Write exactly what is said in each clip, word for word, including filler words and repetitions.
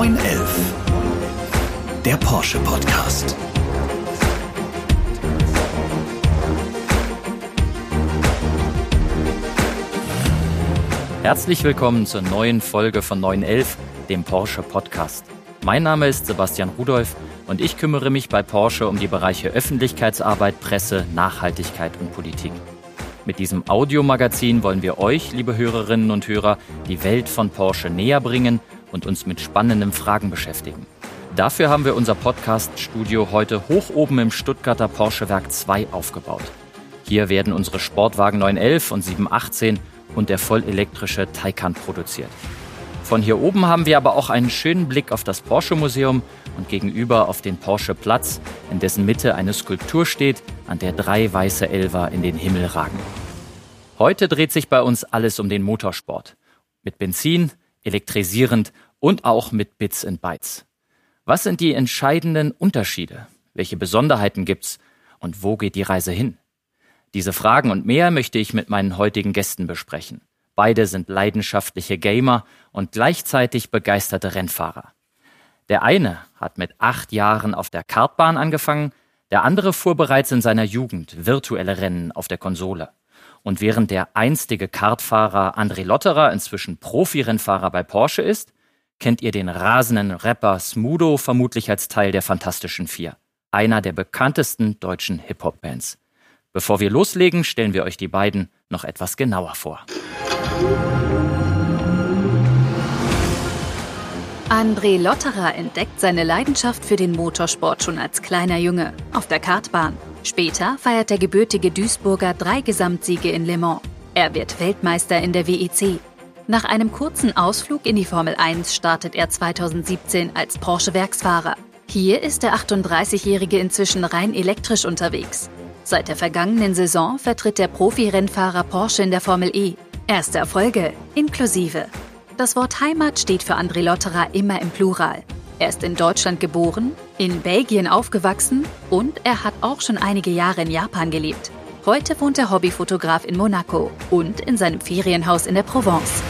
neun elf, der Porsche Podcast. Herzlich willkommen zur neuen Folge von neun elf, dem Porsche Podcast. Mein Name ist Sebastian Rudolph und ich kümmere mich bei Porsche um die Bereiche Öffentlichkeitsarbeit, Presse, Nachhaltigkeit und Politik. Mit diesem Audiomagazin wollen wir euch, liebe Hörerinnen und Hörer, die Welt von Porsche näher bringen und uns mit spannenden Fragen beschäftigen. Dafür haben wir unser Podcast-Studio heute hoch oben im Stuttgarter Porsche Werk zwei aufgebaut. Hier werden unsere Sportwagen neun elf und sieben achtzehn und der vollelektrische Taycan produziert. Von hier oben haben wir aber auch einen schönen Blick auf das Porsche-Museum und gegenüber auf den Porsche-Platz, in dessen Mitte eine Skulptur steht, an der drei weiße Elfer in den Himmel ragen. Heute dreht sich bei uns alles um den Motorsport. Mit Benzin, elektrisierend und auch mit Bits and Bytes. Was sind die entscheidenden Unterschiede? Welche Besonderheiten gibt's? Und wo geht die Reise hin? Diese Fragen und mehr möchte ich mit meinen heutigen Gästen besprechen. Beide sind leidenschaftliche Gamer und gleichzeitig begeisterte Rennfahrer. Der eine hat mit acht Jahren auf der Kartbahn angefangen, der andere fuhr bereits in seiner Jugend virtuelle Rennen auf der Konsole. Und während der einstige Kartfahrer André Lotterer inzwischen Profi-Rennfahrer bei Porsche ist, kennt ihr den rasenden Rapper Smudo vermutlich als Teil der Fantastischen Vier, einer der bekanntesten deutschen Hip-Hop-Bands. Bevor wir loslegen, stellen wir euch die beiden noch etwas genauer vor. André Lotterer entdeckt seine Leidenschaft für den Motorsport schon als kleiner Junge auf der Kartbahn. Später feiert der gebürtige Duisburger drei Gesamtsiege in Le Mans. Er wird Weltmeister in der W E C. Nach einem kurzen Ausflug in die Formel eins startet er zweitausendsiebzehn als Porsche-Werksfahrer. Hier ist der achtunddreißigjährige inzwischen rein elektrisch unterwegs. Seit der vergangenen Saison vertritt der Profi-Rennfahrer Porsche in der Formel E. Erste Erfolge inklusive. Das Wort Heimat steht für André Lotterer immer im Plural. Er ist in Deutschland geboren, in Belgien aufgewachsen und er hat auch schon einige Jahre in Japan gelebt. Heute wohnt der Hobbyfotograf in Monaco und in seinem Ferienhaus in der Provence.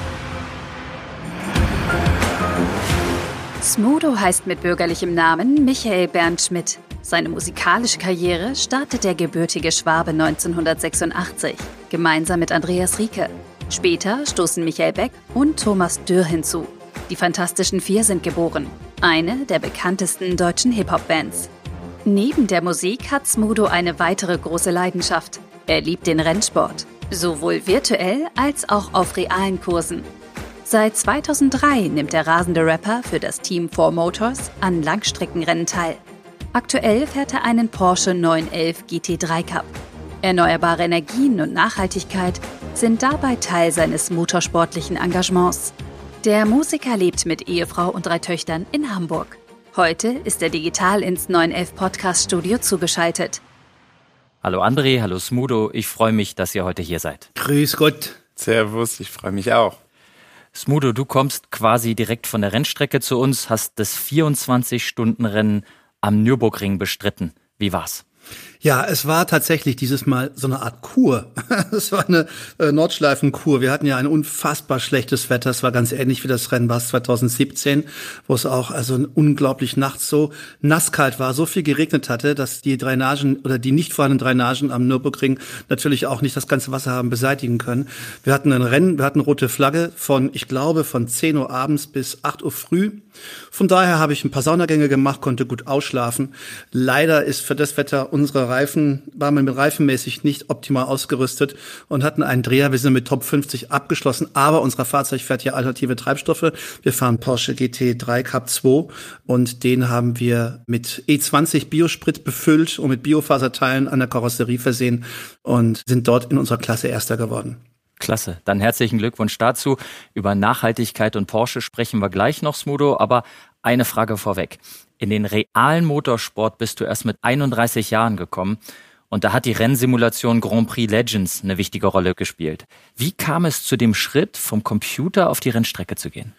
Smudo heißt mit bürgerlichem Namen Michael Bernd Schmidt. Seine musikalische Karriere startet der gebürtige Schwabe neunzehnhundertsechsundachtzig, gemeinsam mit Andreas Rieke. Später stoßen Michael Beck und Thomas Dürr hinzu. Die Fantastischen Vier sind geboren, eine der bekanntesten deutschen Hip-Hop-Bands. Neben der Musik hat Smudo eine weitere große Leidenschaft. Er liebt den Rennsport, sowohl virtuell als auch auf realen Kursen. Seit zweitausenddrei nimmt der rasende Rapper für das Team Four Motors an Langstreckenrennen teil. Aktuell fährt er einen Porsche neun elf G T drei Cup. Erneuerbare Energien und Nachhaltigkeit sind dabei Teil seines motorsportlichen Engagements. Der Musiker lebt mit Ehefrau und drei Töchtern in Hamburg. Heute ist er digital ins neun elf Podcast-Studio zugeschaltet. Hallo André, hallo Smudo, ich freue mich, dass ihr heute hier seid. Grüß Gott. Servus, ich freue mich auch. Smudo, du kommst quasi direkt von der Rennstrecke zu uns, hast das vierundzwanzig-Stunden-Rennen am Nürburgring bestritten. Wie war's? Ja, es war tatsächlich dieses Mal so eine Art Kur. Es war eine äh, Nordschleifenkur. Wir hatten ja ein unfassbar schlechtes Wetter. Es war ganz ähnlich wie das Rennen war es zweitausendsiebzehn, wo es auch also unglaublich nachts so nasskalt war, so viel geregnet hatte, dass die Drainagen oder die nicht vorhandenen Drainagen am Nürburgring natürlich auch nicht das ganze Wasser haben beseitigen können. Wir hatten ein Rennen, wir hatten rote Flagge von, ich glaube, von zehn Uhr abends bis acht Uhr früh. Von daher habe ich ein paar Saunagänge gemacht, konnte gut ausschlafen. Leider ist für das Wetter unsere Reifen, waren wir mit reifenmäßig nicht optimal ausgerüstet und hatten einen Dreher. Wir sind mit Top fünfzig abgeschlossen, aber unser Fahrzeug fährt ja alternative Treibstoffe. Wir fahren Porsche G T drei Cup zwei und den haben wir mit E zwanzig Biosprit befüllt und mit Biofaserteilen an der Karosserie versehen und sind dort in unserer Klasse Erster geworden. Klasse, dann herzlichen Glückwunsch dazu. Über Nachhaltigkeit und Porsche sprechen wir gleich noch, Smudo, aber eine Frage vorweg. In den realen Motorsport bist du erst mit einunddreißig Jahren gekommen und da hat die Rennsimulation Grand Prix Legends eine wichtige Rolle gespielt. Wie kam es zu dem Schritt, vom Computer auf die Rennstrecke zu gehen?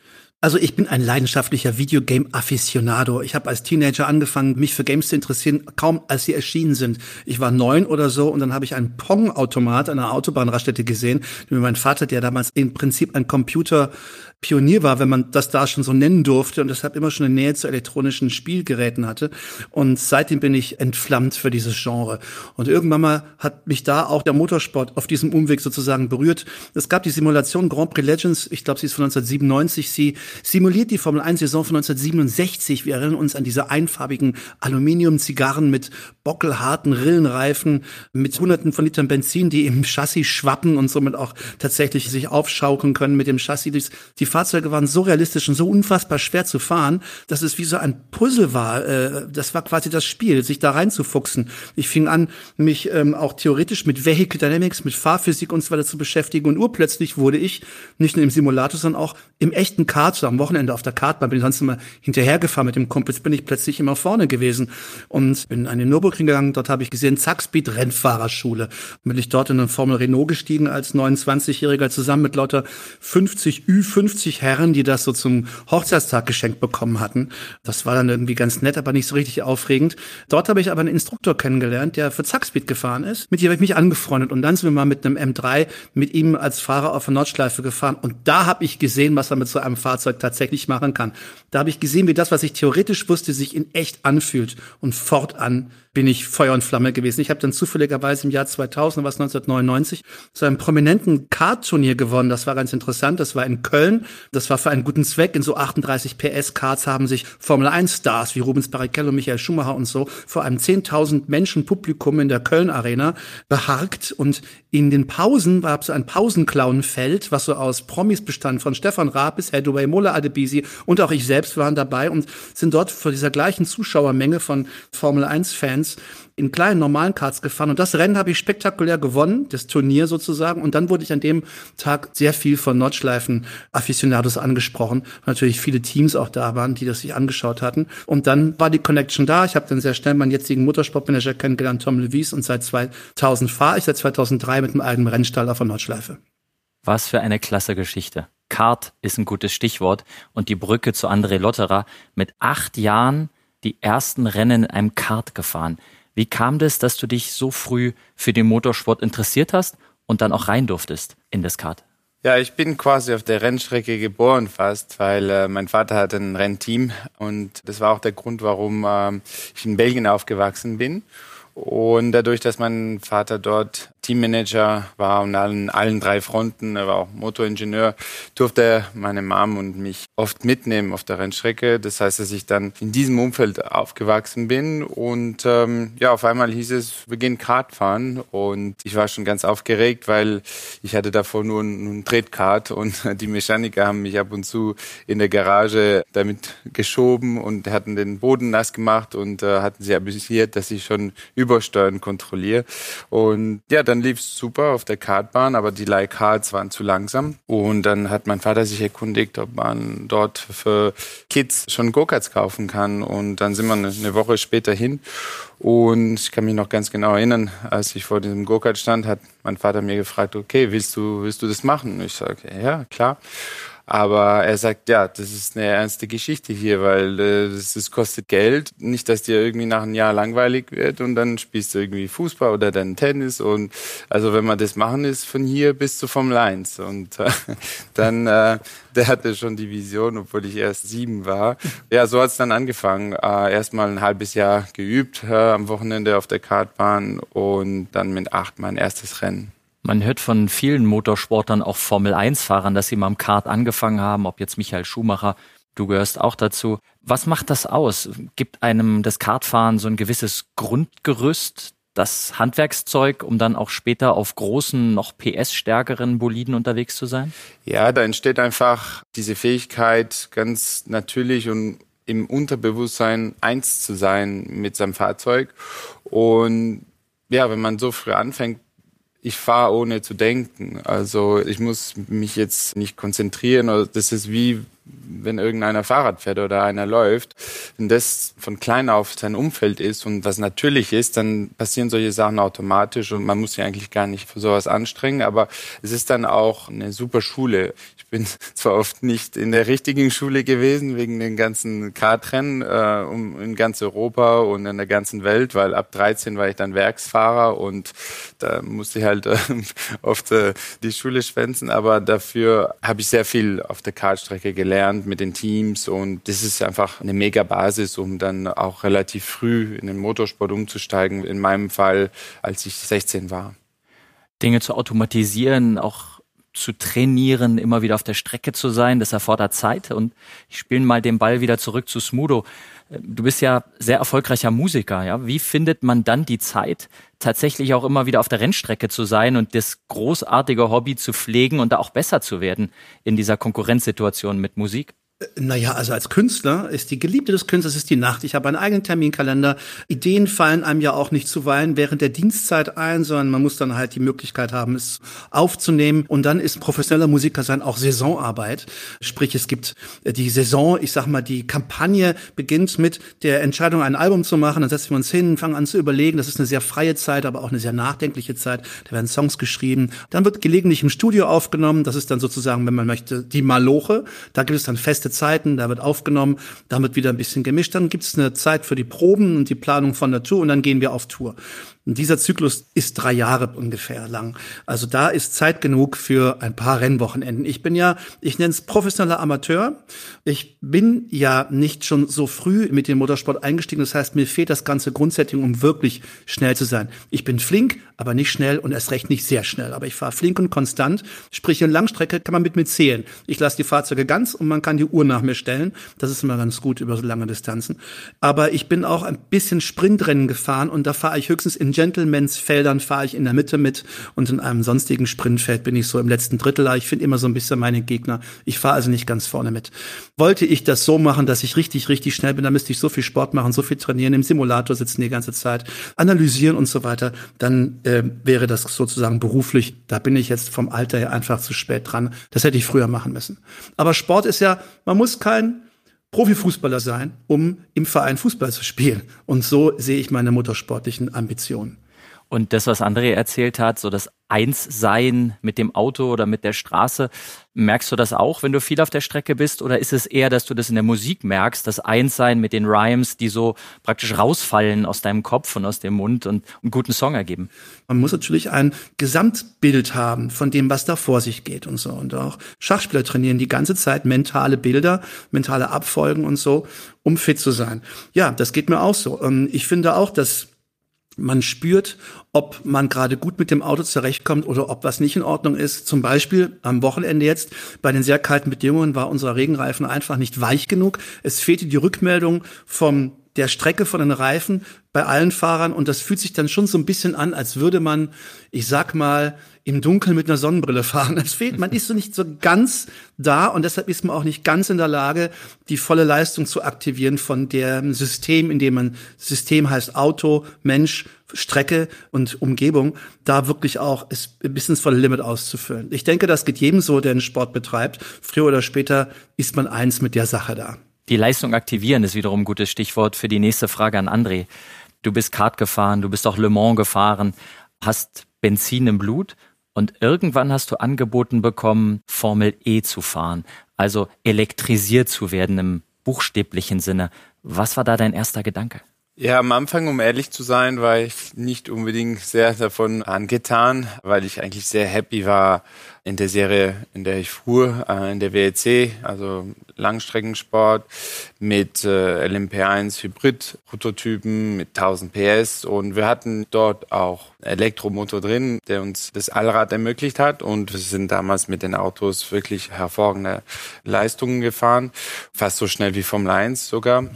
Also ich bin ein leidenschaftlicher Videogame-Afficionado. Ich habe als Teenager angefangen, mich für Games zu interessieren, kaum als sie erschienen sind. Ich war neun oder so und dann habe ich einen Pong-Automat an einer Autobahnraststätte gesehen, den mein Vater, der damals im Prinzip ein Computerpionier war, wenn man das da schon so nennen durfte und deshalb immer schon eine Nähe zu elektronischen Spielgeräten hatte. Und seitdem bin ich entflammt für dieses Genre. Und irgendwann mal hat mich da auch der Motorsport auf diesem Umweg sozusagen berührt. Es gab die Simulation Grand Prix Legends, ich glaube, sie ist von neunzehnhundertsiebenundneunzig, sie simuliert die Formel eins Saison von neunzehnhundertsiebenundsechzig. Wir erinnern uns an diese einfarbigen Aluminium-Zigarren mit bockelharten Rillenreifen, mit hunderten von Litern Benzin, die im Chassis schwappen und somit auch tatsächlich sich aufschaukeln können mit dem Chassis. Die Fahrzeuge waren so realistisch und so unfassbar schwer zu fahren, dass es wie so ein Puzzle war. Das war quasi das Spiel, sich da reinzufuchsen. Ich fing an, mich ähm, auch theoretisch mit Vehicle Dynamics, mit Fahrphysik und so weiter zu beschäftigen und urplötzlich wurde ich nicht nur im Simulator, sondern auch im echten Kart, so am Wochenende auf der Kartbahn, bin ich sonst immer hinterhergefahren mit dem Kumpels, bin ich plötzlich immer vorne gewesen und bin an den Nürburgring gegangen, dort habe ich gesehen, Zackspeed Rennfahrerschule. Bin ich dort in eine Formel Renault gestiegen als neunundzwanzigjähriger zusammen mit lauter fünfzig Ü fünfzig Herren, die das so zum Hochzeitstag geschenkt bekommen hatten. Das war dann irgendwie ganz nett, aber nicht so richtig aufregend. Dort habe ich aber einen Instruktor kennengelernt, der für Zackspeed gefahren ist. Mit dem habe ich mich angefreundet und dann sind wir mal mit einem M drei mit ihm als Fahrer auf der Nordschleife gefahren und da habe ich gesehen, was er mit so einem Fahrzeug tatsächlich machen kann. Da habe ich gesehen, wie das, was ich theoretisch wusste, sich in echt anfühlt und fortan bin ich Feuer und Flamme gewesen. Ich habe dann zufälligerweise im Jahr zweitausend, was neunzehnhundertneunundneunzig, zu einem prominenten Kartturnier gewonnen. Das war ganz interessant. Das war in Köln. Das war für einen guten Zweck. In so achtunddreißig P S Karts haben sich Formel eins Stars wie Rubens Barrichello, Michael Schumacher und so vor einem zehntausend Menschen Publikum in der Köln Arena beharkt. Und in den Pausen war so ein Pausenclownfeld, was so aus Promis bestand, von Stefan Raab bis Hathaway, Mola Adebisi und auch ich selbst waren dabei und sind dort vor dieser gleichen Zuschauermenge von Formel eins Fans in kleinen normalen Karts gefahren und das Rennen habe ich spektakulär gewonnen, das Turnier sozusagen und dann wurde ich an dem Tag sehr viel von Nordschleifen-Afficionados angesprochen, weil natürlich viele Teams auch da waren, die das sich angeschaut hatten und dann war die Connection da, ich habe dann sehr schnell meinen jetzigen Motorsportmanager kennengelernt, Tom Levis und seit zweitausend fahre ich, seit zweitausenddrei mit einem eigenen Rennstall auf der Nordschleife. Was für eine klasse Geschichte. Kart ist ein gutes Stichwort und die Brücke zu André Lotterer mit acht Jahren die ersten Rennen in einem Kart gefahren. Wie kam das, dass du dich so früh für den Motorsport interessiert hast und dann auch rein durftest in das Kart? Ja, ich bin quasi auf der Rennstrecke geboren fast, weil äh, mein Vater hatte ein Rennteam und das war auch der Grund, warum äh, ich in Belgien aufgewachsen bin. Und dadurch, dass mein Vater dort Teammanager war und an allen drei Fronten, er war auch Motoringenieur, durfte er meine Mom und mich oft mitnehmen auf der Rennstrecke. Das heißt, dass ich dann in diesem Umfeld aufgewachsen bin und ähm, ja, auf einmal hieß es, wir gehen Kart fahren und ich war schon ganz aufgeregt, weil ich hatte davor nur ein, ein Tretkart und die Mechaniker haben mich ab und zu in der Garage damit geschoben und hatten den Boden nass gemacht und äh, hatten sie amüsiert, dass ich schon Übersteuern kontrolliere und ja, dann lief es super auf der Kartbahn, aber die Leihkarts waren zu langsam. Und dann hat mein Vater sich erkundigt, ob man dort für Kids schon Go-Karts kaufen kann. Und dann sind wir eine Woche später hin. Und ich kann mich noch ganz genau erinnern, als ich vor diesem Go-Kart stand, hat mein Vater mir gefragt, okay, willst du, willst du das machen? Und ich sage, ja, klar. Aber er sagt, ja, das ist eine ernste Geschichte hier, weil äh, das, das kostet Geld. Nicht, dass dir irgendwie nach einem Jahr langweilig wird und dann spielst du irgendwie Fußball oder dann Tennis. Und also wenn man das machen, ist von hier bis zur Formel eins. Und äh, dann, äh, der hatte schon die Vision, obwohl ich erst sieben war. Ja, so hat's dann angefangen. Äh, Erstmal ein halbes Jahr geübt, äh, am Wochenende auf der Kartbahn und dann mit acht mein erstes Rennen. Man hört von vielen Motorsportern, auch Formel eins Fahrern, dass sie mal im Kart angefangen haben, ob jetzt Michael Schumacher, du gehörst auch dazu. Was macht das aus? Gibt einem das Kartfahren so ein gewisses Grundgerüst, das Handwerkszeug, um dann auch später auf großen, noch P S-stärkeren Boliden unterwegs zu sein? Ja, da entsteht einfach diese Fähigkeit, ganz natürlich und im Unterbewusstsein eins zu sein mit seinem Fahrzeug. Und ja, wenn man so früh anfängt, ich fahre ohne zu denken. Also ich muss mich jetzt nicht konzentrieren. Das ist wie, wenn irgendeiner Fahrrad fährt oder einer läuft. Wenn das von klein auf sein Umfeld ist und was natürlich ist, dann passieren solche Sachen automatisch und man muss sich eigentlich gar nicht für sowas anstrengen. Aber es ist dann auch eine super Schule. Ich bin zwar oft nicht in der richtigen Schule gewesen, wegen den ganzen Kartrennen äh, um, in ganz Europa und in der ganzen Welt, weil ab dreizehn war ich dann Werksfahrer und da musste ich halt äh, oft äh, die Schule schwänzen. Aber dafür habe ich sehr viel auf der Kartstrecke gelernt mit den Teams und das ist einfach eine mega Basis, um dann auch relativ früh in den Motorsport umzusteigen. In meinem Fall, als ich sechzehn war. Dinge zu automatisieren, auch zu trainieren, immer wieder auf der Strecke zu sein, das erfordert Zeit. Und ich spiele mal den Ball wieder zurück zu Smudo. Du bist ja sehr erfolgreicher Musiker, ja? Wie findet man dann die Zeit, tatsächlich auch immer wieder auf der Rennstrecke zu sein und das großartige Hobby zu pflegen und da auch besser zu werden in dieser Konkurrenzsituation mit Musik? Naja, also als Künstler ist die Geliebte des Künstlers ist die Nacht. Ich habe einen eigenen Terminkalender. Ideen fallen einem ja auch nicht zuweilen während der Dienstzeit ein, sondern man muss dann halt die Möglichkeit haben, es aufzunehmen. Und dann ist professioneller Musiker sein auch Saisonarbeit. Sprich, es gibt die Saison, ich sag mal, die Kampagne beginnt mit der Entscheidung, ein Album zu machen. Dann setzen wir uns hin, fangen an zu überlegen. Das ist eine sehr freie Zeit, aber auch eine sehr nachdenkliche Zeit. Da werden Songs geschrieben. Dann wird gelegentlich im Studio aufgenommen. Das ist dann sozusagen, wenn man möchte, die Maloche. Da gibt es dann feste Zeiten, da wird aufgenommen, da wird wieder ein bisschen gemischt, dann gibt es eine Zeit für die Proben und die Planung von der Tour und dann gehen wir auf Tour. Und dieser Zyklus ist drei Jahre ungefähr lang. Also da ist Zeit genug für ein paar Rennwochenenden. Ich bin ja, ich nenne es professioneller Amateur. Ich bin ja nicht schon so früh mit dem Motorsport eingestiegen. Das heißt, mir fehlt das ganze Grundsetting, um wirklich schnell zu sein. Ich bin flink, aber nicht schnell und erst recht nicht sehr schnell. Aber ich fahre flink und konstant. Sprich, in Langstrecke kann man mit mir zählen. Ich lasse die Fahrzeuge ganz und man kann die Uhr nach mir stellen. Das ist immer ganz gut über so lange Distanzen. Aber ich bin auch ein bisschen Sprintrennen gefahren und da fahre ich höchstens in Gentlemans-Feldern fahre ich in der Mitte mit und in einem sonstigen Sprintfeld bin ich so im letzten Drittel. Ich finde immer so ein bisschen meine Gegner. Ich fahre also nicht ganz vorne mit. Wollte ich das so machen, dass ich richtig, richtig schnell bin, dann müsste ich so viel Sport machen, so viel trainieren, im Simulator sitzen die ganze Zeit, analysieren und so weiter. Dann äh, wäre das sozusagen beruflich. Da bin ich jetzt vom Alter her einfach zu spät dran. Das hätte ich früher machen müssen. Aber Sport ist ja, man muss kein Profifußballer sein, um im Verein Fußball zu spielen. Und so sehe ich meine motorsportlichen Ambitionen. Und das, was André erzählt hat, so das Einssein mit dem Auto oder mit der Straße, merkst du das auch, wenn du viel auf der Strecke bist? Oder ist es eher, dass du das in der Musik merkst, das Einssein mit den Rhymes, die so praktisch rausfallen aus deinem Kopf und aus dem Mund und einen guten Song ergeben? Man muss natürlich ein Gesamtbild haben von dem, was da vor sich geht und so. Und auch Schachspieler trainieren die ganze Zeit mentale Bilder, mentale Abfolgen und so, um fit zu sein. Ja, das geht mir auch so. Ich finde auch, dass man spürt, ob man gerade gut mit dem Auto zurechtkommt oder ob was nicht in Ordnung ist. Zum Beispiel am Wochenende jetzt, bei den sehr kalten Bedingungen war unser Regenreifen einfach nicht weich genug. Es fehlte die Rückmeldung vom der Strecke von den Reifen bei allen Fahrern und das fühlt sich dann schon so ein bisschen an, als würde man, ich sag mal, im Dunkeln mit einer Sonnenbrille fahren. Das fehlt, man ist so nicht so ganz da und deshalb ist man auch nicht ganz in der Lage, die volle Leistung zu aktivieren von dem System, in dem man, System heißt Auto, Mensch, Strecke und Umgebung, da wirklich auch es bis ins volle Limit auszufüllen. Ich denke, das geht jedem so, der einen Sport betreibt. Früher oder später ist man eins mit der Sache da. Die Leistung aktivieren ist wiederum ein gutes Stichwort für die nächste Frage an André. Du bist Kart gefahren, du bist auch Le Mans gefahren, hast Benzin im Blut und irgendwann hast du angeboten bekommen, Formel E zu fahren, also elektrisiert zu werden im buchstäblichen Sinne. Was war da dein erster Gedanke? Ja, am Anfang, um ehrlich zu sein, war ich nicht unbedingt sehr davon angetan, weil ich eigentlich sehr happy war in der Serie, in der ich fuhr, äh, in der W E C, also Langstreckensport mit äh, L M P eins Hybrid-Prototypen mit tausend P S und wir hatten dort auch Elektromotor drin, der uns das Allrad ermöglicht hat und wir sind damals mit den Autos wirklich hervorragende Leistungen gefahren, fast so schnell wie Formel eins sogar.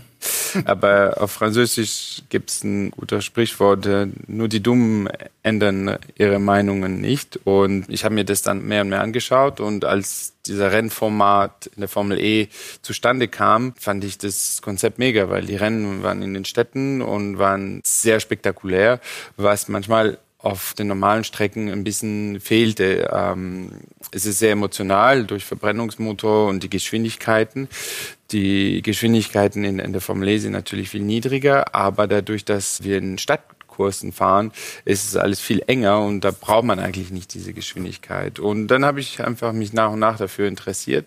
Aber auf Französisch gibt's ein guter Sprichwort, nur die Dummen ändern ihre Meinungen nicht. Und ich habe mir das dann mehr und mehr angeschaut und als dieser Rennformat in der Formel E zustande kam, fand ich das Konzept mega, weil die Rennen waren in den Städten und waren sehr spektakulär, was manchmal auf den normalen Strecken ein bisschen fehlte. Ähm, es ist sehr emotional durch Verbrennungsmotor und die Geschwindigkeiten. Die Geschwindigkeiten in, in der Formel E sind natürlich viel niedriger, aber dadurch, dass wir in Stadtkursen fahren, ist es alles viel enger und da braucht man eigentlich nicht diese Geschwindigkeit. Und dann habe ich einfach mich nach und nach dafür interessiert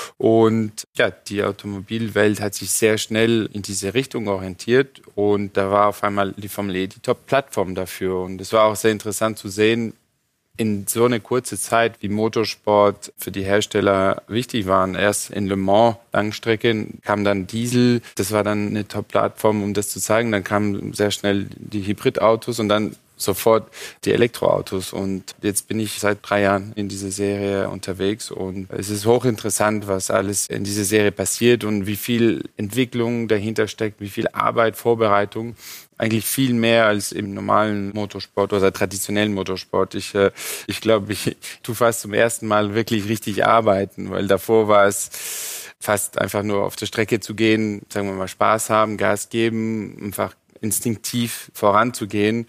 und ja, die Automobilwelt hat sich sehr schnell in diese Richtung orientiert und da war auf einmal die Formel E die Top-Plattform dafür und es war auch sehr interessant zu sehen, in so eine kurze Zeit, wie Motorsport für die Hersteller wichtig waren. Erst in Le Mans Langstrecken kam dann Diesel, das war dann eine Top-Plattform, um das zu zeigen. Dann kamen sehr schnell die Hybridautos und dann sofort die Elektroautos. Und jetzt bin ich seit drei Jahren in dieser Serie unterwegs und es ist hochinteressant, was alles in dieser Serie passiert und wie viel Entwicklung dahinter steckt, wie viel Arbeit, Vorbereitung. Eigentlich viel mehr als im normalen Motorsport oder traditionellen Motorsport. Ich, äh, ich glaube, ich tue fast zum ersten Mal wirklich richtig arbeiten, weil davor war es fast einfach nur auf der Strecke zu gehen, sagen wir mal Spaß haben, Gas geben, einfach instinktiv voranzugehen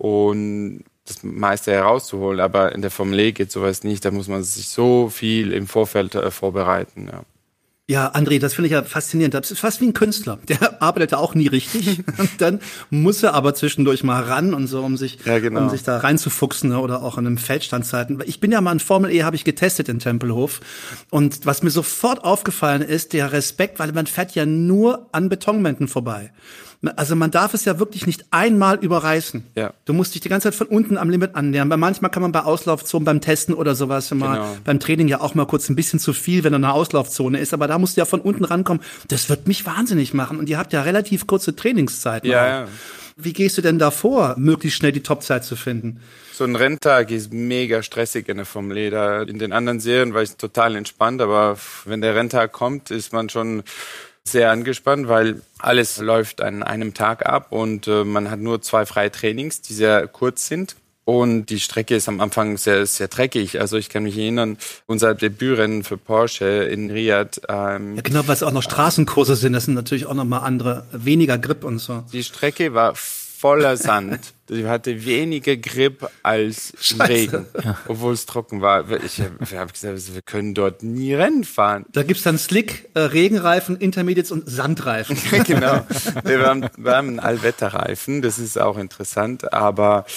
und das meiste herauszuholen. Aber in der Formel E geht sowas nicht. Da muss man sich so viel im Vorfeld äh, vorbereiten. Ja. Ja, André, das finde ich ja faszinierend. Das ist fast wie ein Künstler. Der arbeitet ja auch nie richtig. Und dann muss er aber zwischendurch mal ran und so, um sich, ja, genau. um sich da reinzufuchsen oder auch in einem Feldstandszeiten. Ich bin ja mal in Formel E, habe ich getestet in Tempelhof. Und was mir sofort aufgefallen ist, der Respekt, weil man fährt ja nur an Betonwänden vorbei. Also man darf es ja wirklich nicht einmal überreißen. Ja. Du musst dich die ganze Zeit von unten am Limit annähern. Weil manchmal kann man bei Auslaufzonen, beim Testen oder sowas, mal genau. beim Training ja auch mal kurz ein bisschen zu viel, wenn da eine Auslaufzone ist. Aber da musst du ja von unten rankommen. Das wird mich wahnsinnig machen. Und ihr habt ja relativ kurze Trainingszeiten. Ja, ja. Wie gehst du denn da vor, möglichst schnell die Topzeit zu finden? So ein Renntag ist mega stressig in der Formel E. Da in den anderen Serien war ich total entspannt. Aber wenn der Renntag kommt, ist man schon sehr angespannt, weil alles läuft an einem Tag ab und äh, man hat nur zwei freie Trainings, die sehr kurz sind. Und die Strecke ist am Anfang sehr, sehr dreckig. Also ich kann mich erinnern, unser Debütrennen für Porsche in Riyadh. Ähm, ja, genau, weil es auch noch Straßenkurse sind. Das sind natürlich auch noch mal andere, weniger Grip und so. Die Strecke war voller Sand. Die hatte weniger Grip als im Regen, ja. Obwohl es trocken war. Ich habe hab gesagt, wir können dort nie Rennen fahren. Da gibt's dann Slick, äh, Regenreifen, Intermediates und Sandreifen. Genau. Wir haben, wir haben einen Allwetterreifen, das ist auch interessant, aber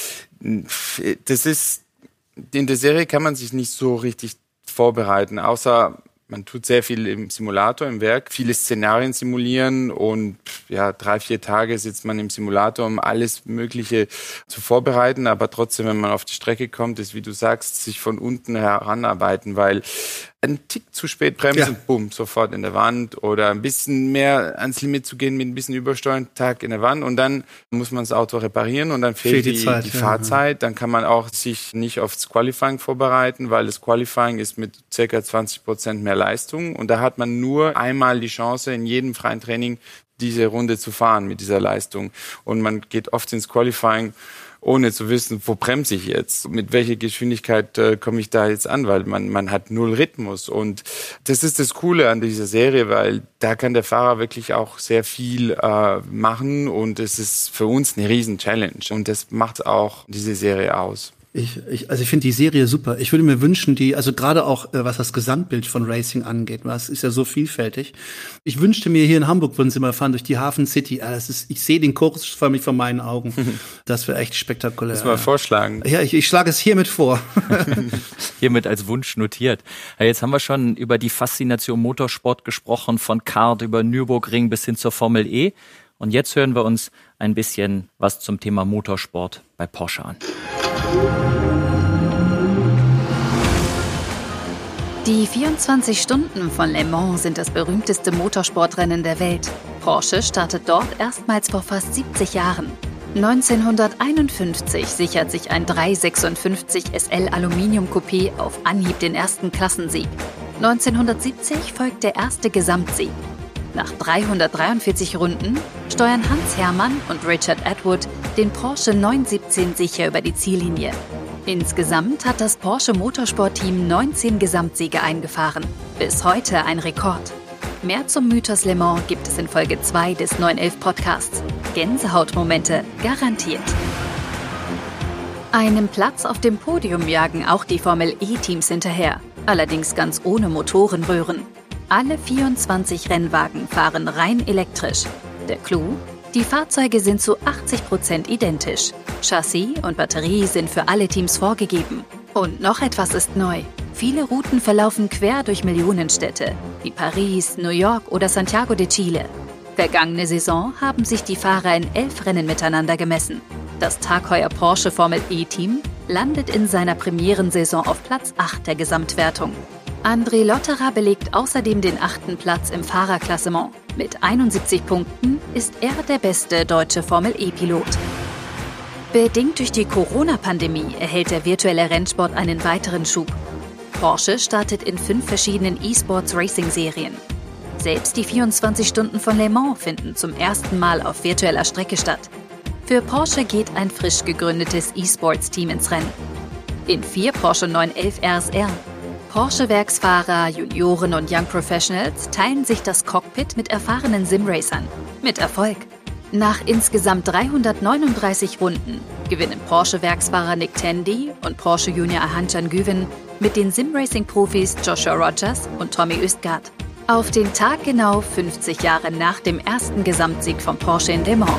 das ist, in der Serie kann man sich nicht so richtig vorbereiten, außer man tut sehr viel im Simulator, im Werk, viele Szenarien simulieren und ja, drei, vier Tage sitzt man im Simulator, um alles Mögliche zu vorbereiten. Aber trotzdem, wenn man auf die Strecke kommt, ist, wie du sagst, sich von unten heranarbeiten, weil ein Tick zu spät bremsen, ja. Bumm, sofort in der Wand oder ein bisschen mehr ans Limit zu gehen mit ein bisschen Übersteuern, Tag in der Wand und dann muss man das Auto reparieren und dann fehlt, fehlt die, die, Zeit, die ja, Fahrzeit. Dann kann man auch sich nicht aufs Qualifying vorbereiten, weil das Qualifying ist mit circa zwanzig Prozent mehr Leistung und da hat man nur einmal die Chance, in jedem freien Training diese Runde zu fahren mit dieser Leistung und man geht oft ins Qualifying ohne zu wissen, wo bremse ich jetzt, mit welcher Geschwindigkeit äh, komme ich da jetzt an, weil man man hat null Rhythmus und das ist das Coole an dieser Serie, weil da kann der Fahrer wirklich auch sehr viel äh, machen und es ist für uns eine riesen Challenge und das macht auch diese Serie aus. Ich, ich, also ich finde die Serie super. Ich würde mir wünschen, die, also gerade auch, äh, was das Gesamtbild von Racing angeht, was ist ja so vielfältig. Ich wünschte mir hier in Hamburg, würden sie mal fahren, durch die Hafen City. Ah, das ist, ich sehe den Kurs förmlich vor meinen Augen. Das wäre echt spektakulär. Muss mal vorschlagen. Ja, ich, ich schlage es hiermit vor. Hiermit als Wunsch notiert. Ja, jetzt haben wir schon über die Faszination Motorsport gesprochen, von Kart über Nürburgring bis hin zur Formel E. Und jetzt hören wir uns ein bisschen was zum Thema Motorsport bei Porsche an. Die vierundzwanzig Stunden von Le Mans sind das berühmteste Motorsportrennen der Welt. Porsche startet dort erstmals vor fast siebzig Jahren. neunzehnhunderteinundfünfzig sichert sich ein dreihundertsechsundfünfzig S L Aluminium Coupé auf Anhieb den ersten Klassensieg. neunzehnhundertsiebzig folgt der erste Gesamtsieg. Nach dreihundertdreiundvierzig Runden steuern Hans Herrmann und Richard Atwood den Porsche neun siebzehn sicher über die Ziellinie. Insgesamt hat das Porsche Motorsport-Team neunzehn Gesamtsiege eingefahren. Bis heute ein Rekord. Mehr zum Mythos Le Mans gibt es in Folge zwei des neun elf Podcasts. Gänsehautmomente garantiert. Einem Platz auf dem Podium jagen auch die Formel-E-Teams hinterher, allerdings ganz ohne Motorenröhren. Alle vierundzwanzig Rennwagen fahren rein elektrisch. Der Clou? Die Fahrzeuge sind zu achtzig Prozent identisch. Chassis und Batterie sind für alle Teams vorgegeben. Und noch etwas ist neu. Viele Routen verlaufen quer durch Millionenstädte, wie Paris, New York oder Santiago de Chile. Vergangene Saison haben sich die Fahrer in elf Rennen miteinander gemessen. Das Tagheuer Porsche Formel-E-Team landet in seiner Premierensaison auf Platz acht der Gesamtwertung. André Lotterer belegt außerdem den achten Platz im Fahrerklassement. Mit einundsiebzig Punkten ist er der beste deutsche Formel-E-Pilot. Bedingt durch die Corona-Pandemie erhält der virtuelle Rennsport einen weiteren Schub. Porsche startet in fünf verschiedenen E-Sports-Racing-Serien. Selbst die vierundzwanzig Stunden von Le Mans finden zum ersten Mal auf virtueller Strecke statt. Für Porsche geht ein frisch gegründetes E-Sports-Team ins Rennen. In vier Porsche neun elf R S R. Porsche-Werksfahrer, Junioren und Young Professionals teilen sich das Cockpit mit erfahrenen Simracern. Mit Erfolg. Nach insgesamt dreihundertneununddreißig Runden gewinnen Porsche-Werksfahrer Nick Tandy und Porsche Junior Ahanchan Güven mit den Simracing-Profis Joshua Rogers und Tommy Østgaard. Auf den Tag genau fünfzig Jahre nach dem ersten Gesamtsieg von Porsche in Le Mans.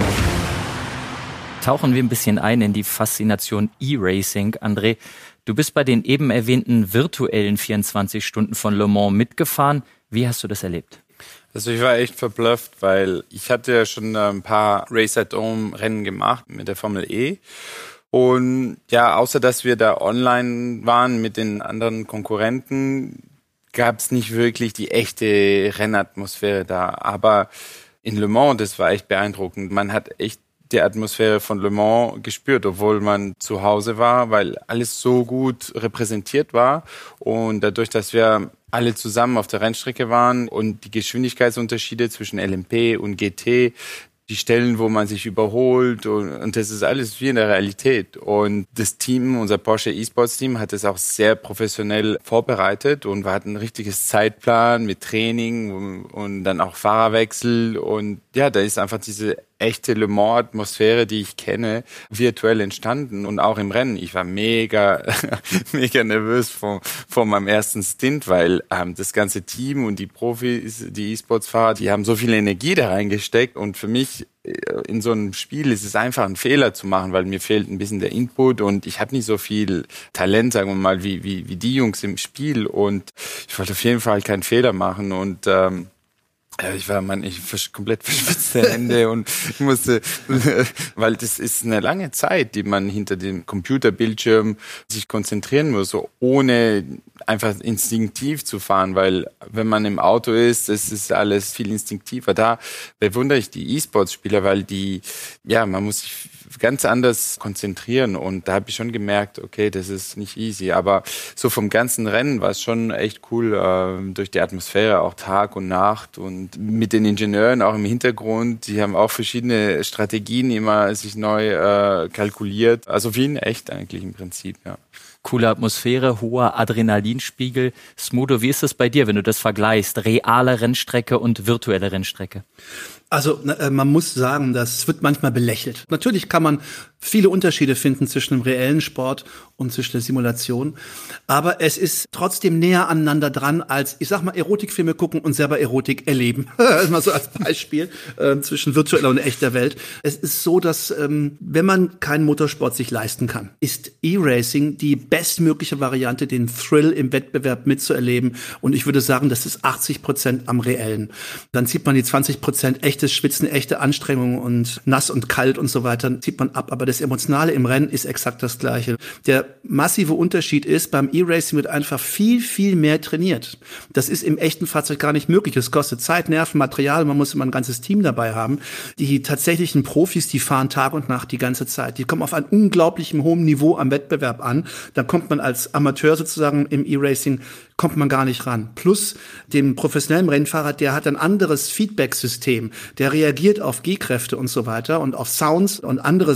Tauchen wir ein bisschen ein in die Faszination E-Racing. André, du bist bei den eben erwähnten virtuellen vierundzwanzig Stunden von Le Mans mitgefahren. Wie hast du das erlebt? Also ich war echt verblüfft, weil ich hatte ja schon ein paar Race at Home Rennen gemacht mit der Formel E. Und ja, außer dass wir da online waren mit den anderen Konkurrenten, gab es nicht wirklich die echte Rennatmosphäre da. Aber in Le Mans, das war echt beeindruckend. Man hat echt die Atmosphäre von Le Mans gespürt, obwohl man zu Hause war, weil alles so gut repräsentiert war. Und dadurch, dass wir alle zusammen auf der Rennstrecke waren und die Geschwindigkeitsunterschiede zwischen L M P und G T, die Stellen, wo man sich überholt und, und das ist alles wie in der Realität. Und das Team, unser Porsche E-Sports Team, hat es auch sehr professionell vorbereitet und wir hatten ein richtiges Zeitplan mit Training und, und dann auch Fahrerwechsel und ja, da ist einfach diese echte Le Mans-Atmosphäre, die ich kenne, virtuell entstanden und auch im Rennen. Ich war mega, mega nervös vor, vor meinem ersten Stint, weil ähm, das ganze Team und die Profis, die E-Sports-Fahrer, die haben so viel Energie da reingesteckt und für mich in so einem Spiel ist es einfach ein Fehler zu machen, weil mir fehlt ein bisschen der Input und ich habe nicht so viel Talent, sagen wir mal, wie, wie, wie die Jungs im Spiel und ich wollte auf jeden Fall keinen Fehler machen und ähm, ich war man, ich komplett verschwitzte Hände und ich musste, weil das ist eine lange Zeit, die man hinter dem Computerbildschirm sich konzentrieren muss, so ohne einfach instinktiv zu fahren, weil wenn man im Auto ist, das ist alles viel instinktiver. Da bewundere ich die E-Sports-Spieler, weil die, ja, man muss sich ganz anders konzentrieren und da habe ich schon gemerkt, okay, das ist nicht easy, aber so vom ganzen Rennen war es schon echt cool, äh, durch die Atmosphäre, auch Tag und Nacht und mit den Ingenieuren auch im Hintergrund, die haben auch verschiedene Strategien immer sich neu äh, kalkuliert, also wie in echt eigentlich im Prinzip, ja. Coole Atmosphäre, hoher Adrenalinspiegel. Smudo, wie ist das bei dir, wenn du das vergleichst? Reale Rennstrecke und virtuelle Rennstrecke? Also man muss sagen, das wird manchmal belächelt. Natürlich kann man viele Unterschiede finden zwischen dem reellen Sport und zwischen der Simulation. Aber es ist trotzdem näher aneinander dran, als, ich sag mal, Erotikfilme gucken und selber Erotik erleben. Mal so als Beispiel äh, zwischen virtueller und echter Welt. Es ist so, dass ähm, wenn man keinen Motorsport sich leisten kann, ist E-Racing die bestmögliche Variante, den Thrill im Wettbewerb mitzuerleben. Und ich würde sagen, das ist achtzig Prozent am Reellen. Dann zieht man die zwanzig Prozent echtes Schwitzen, echte Anstrengung und nass und kalt und so weiter, zieht man ab. Aber das Emotionale im Rennen ist exakt das Gleiche. Der massive Unterschied ist, beim E-Racing wird einfach viel, viel mehr trainiert. Das ist im echten Fahrzeug gar nicht möglich. Es kostet Zeit, Nerven, Material. Man muss immer ein ganzes Team dabei haben. Die tatsächlichen Profis, die fahren Tag und Nacht die ganze Zeit. Die kommen auf einem unglaublichen hohen Niveau am Wettbewerb an. Da kommt man als Amateur sozusagen im E-Racing kommt man gar nicht ran. Plus dem professionellen Rennfahrer, der hat ein anderes Feedback-System. Der reagiert auf G-Kräfte und so weiter und auf Sounds und andere Sachen wie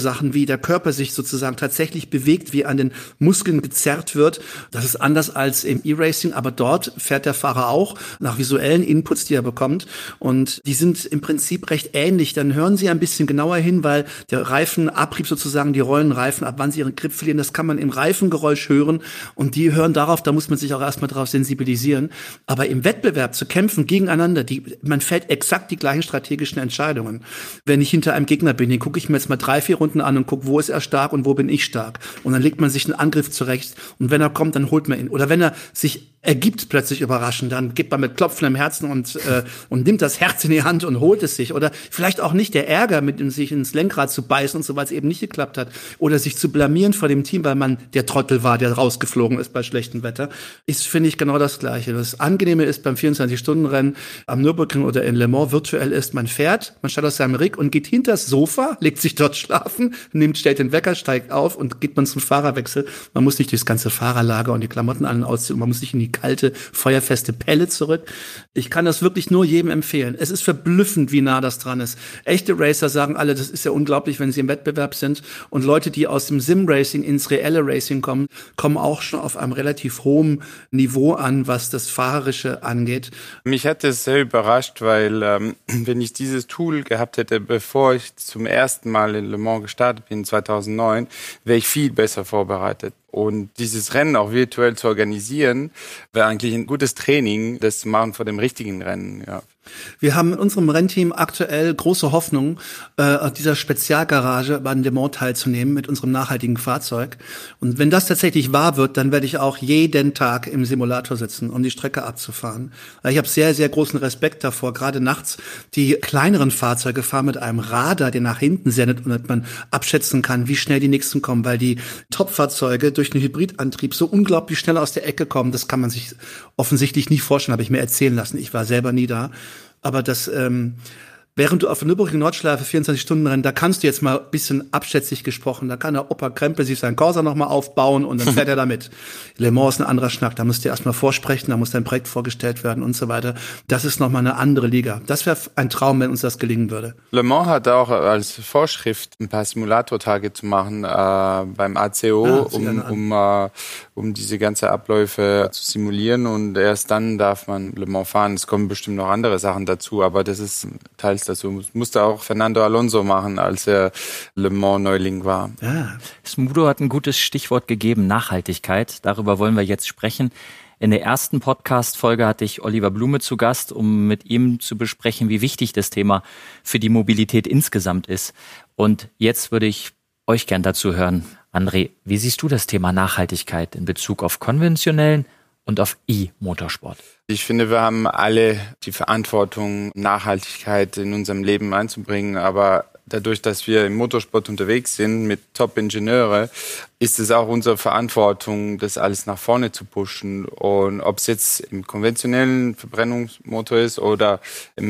wie der Körper sich sozusagen tatsächlich bewegt, wie an den Muskeln gezerrt wird. Das ist anders als im E-Racing, aber dort fährt der Fahrer auch nach visuellen Inputs, die er bekommt. Und die sind im Prinzip recht ähnlich. Dann hören Sie ein bisschen genauer hin, weil der Reifenabrieb sozusagen, die Rollenreifen, ab wann sie ihren Grip verlieren, das kann man im Reifengeräusch hören. Und die hören darauf, da muss man sich auch erstmal drauf sensibilisieren. Aber im Wettbewerb zu kämpfen gegeneinander, die, man fällt exakt die gleichen strategischen Entscheidungen. Wenn ich hinter einem Gegner bin, den gucke ich mir jetzt mal drei, vier Runden an und gucke, wo ist er stark und wo bin ich stark. Und dann legt man sich einen Angriff zurecht. Und wenn er kommt, dann holt man ihn. Oder wenn er sich ergibt plötzlich überraschend, dann gibt man mit Klopfen im Herzen und äh, und nimmt das Herz in die Hand und holt es sich. Oder vielleicht auch nicht der Ärger, mit dem sich ins Lenkrad zu beißen und so, weil es eben nicht geklappt hat. Oder sich zu blamieren vor dem Team, weil man der Trottel war, der rausgeflogen ist bei schlechtem Wetter. Ist, finde ich, genau das Gleiche. Das Angenehme ist beim vierundzwanzig-Stunden-Rennen am Nürburgring oder in Le Mans virtuell ist, man fährt, man steigt aus seinem Rig und geht hinter das Sofa, legt sich dort schlafen, nimmt, stellt den Wecker, steigt auf und geht man zum Fahrerwechsel. Man muss nicht durchs ganze Fahrerlager und die Klamotten an- und ausziehen. Man muss nicht in die kalte, feuerfeste Pelle zurück. Ich kann das wirklich nur jedem empfehlen. Es ist verblüffend, wie nah das dran ist. Echte Racer sagen alle, das ist ja unglaublich, wenn sie im Wettbewerb sind. Und Leute, die aus dem Sim-Racing ins reelle Racing kommen, kommen auch schon auf einem relativ hohen Niveau an, was das Fahrerische angeht. Mich hat es sehr überrascht, weil ähm, wenn ich dieses Tool gehabt hätte, bevor ich zum ersten Mal in Le Mans gestartet bin, zweitausendneun, wäre ich viel besser vorbereitet. Und dieses Rennen auch virtuell zu organisieren, wäre eigentlich ein gutes Training, das zu machen vor dem richtigen Rennen, ja. Wir haben in unserem Rennteam aktuell große Hoffnung, äh, an dieser Spezialgarage bei Le Mans teilzunehmen mit unserem nachhaltigen Fahrzeug. Und wenn das tatsächlich wahr wird, dann werde ich auch jeden Tag im Simulator sitzen, um die Strecke abzufahren. Ich habe sehr, sehr großen Respekt davor, gerade nachts. Die kleineren Fahrzeuge fahren mit einem Radar, der nach hinten sendet und dass man abschätzen kann, wie schnell die nächsten kommen, weil die Top-Fahrzeuge durch den Hybridantrieb so unglaublich schnell aus der Ecke kommen. Das kann man sich offensichtlich nicht vorstellen, habe ich mir erzählen lassen. Ich war selber nie da. Aber das, ähm, während du auf der Nürburgring Nordschleife vierundzwanzig-Stunden-Rennen, da kannst du jetzt mal ein bisschen abschätzig gesprochen, da kann der Opa Krempel sich seinen Corsa nochmal aufbauen und dann fährt er damit. Le Mans ist ein anderer Schnack, da musst du erstmal vorsprechen, da muss dein Projekt vorgestellt werden und so weiter. Das ist nochmal eine andere Liga. Das wäre ein Traum, wenn uns das gelingen würde. Le Mans hat auch als Vorschrift, ein paar Simulatortage zu machen äh, beim A C O, ah, um, um, äh, um diese ganze Abläufe zu simulieren und erst dann darf man Le Mans fahren. Es kommen bestimmt noch andere Sachen dazu, aber das ist teils dazu. Musste auch Fernando Alonso machen, als er Le Mans Neuling war. Ja. Smudo hat ein gutes Stichwort gegeben, Nachhaltigkeit. Darüber wollen wir jetzt sprechen. In der ersten Podcast-Folge hatte ich Oliver Blume zu Gast, um mit ihm zu besprechen, wie wichtig das Thema für die Mobilität insgesamt ist. Und jetzt würde ich euch gern dazu hören. André, wie siehst du das Thema Nachhaltigkeit in Bezug auf konventionellen und auf E-Motorsport? Ich finde, wir haben alle die Verantwortung, Nachhaltigkeit in unserem Leben einzubringen, aber dadurch, dass wir im Motorsport unterwegs sind mit Top-Ingenieure, ist es auch unsere Verantwortung, das alles nach vorne zu pushen. Und ob es jetzt im konventionellen Verbrennungsmotor ist oder im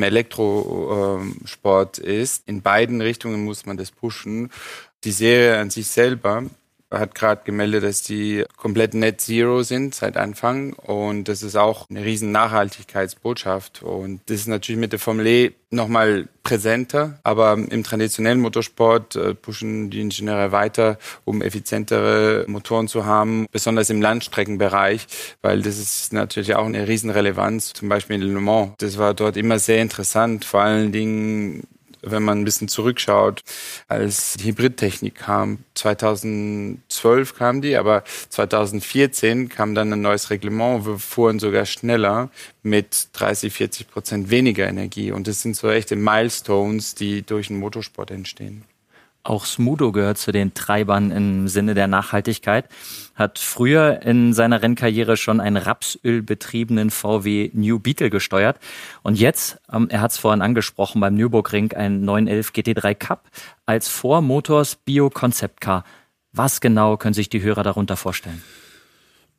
Elektrosport ist, in beiden Richtungen muss man das pushen. Die Serie an sich selber hat gerade gemeldet, dass die komplett Net Zero sind seit Anfang und das ist auch eine riesen Nachhaltigkeitsbotschaft und das ist natürlich mit der Formel E nochmal präsenter, aber im traditionellen Motorsport äh, pushen die Ingenieure weiter, um effizientere Motoren zu haben, besonders im Landstreckenbereich, weil das ist natürlich auch eine riesen Relevanz, zum Beispiel in Le Mans. Das war dort immer sehr interessant, vor allen Dingen wenn man ein bisschen zurückschaut, als die Hybridtechnik kam. zweitausendzwölf kam die, aber zweitausendvierzehn kam dann ein neues Reglement. Wir fuhren sogar schneller mit dreißig, vierzig Prozent weniger Energie. Und das sind so echte Milestones, die durch den Motorsport entstehen. Auch Smudo gehört zu den Treibern im Sinne der Nachhaltigkeit, hat früher in seiner Rennkarriere schon einen rapsölbetriebenen V W New Beetle gesteuert. Und jetzt, ähm, er hat es vorhin angesprochen, beim Nürburgring ein neun elf G T drei Cup als Four Motors Bio Concept Car. Was genau können sich die Hörer darunter vorstellen?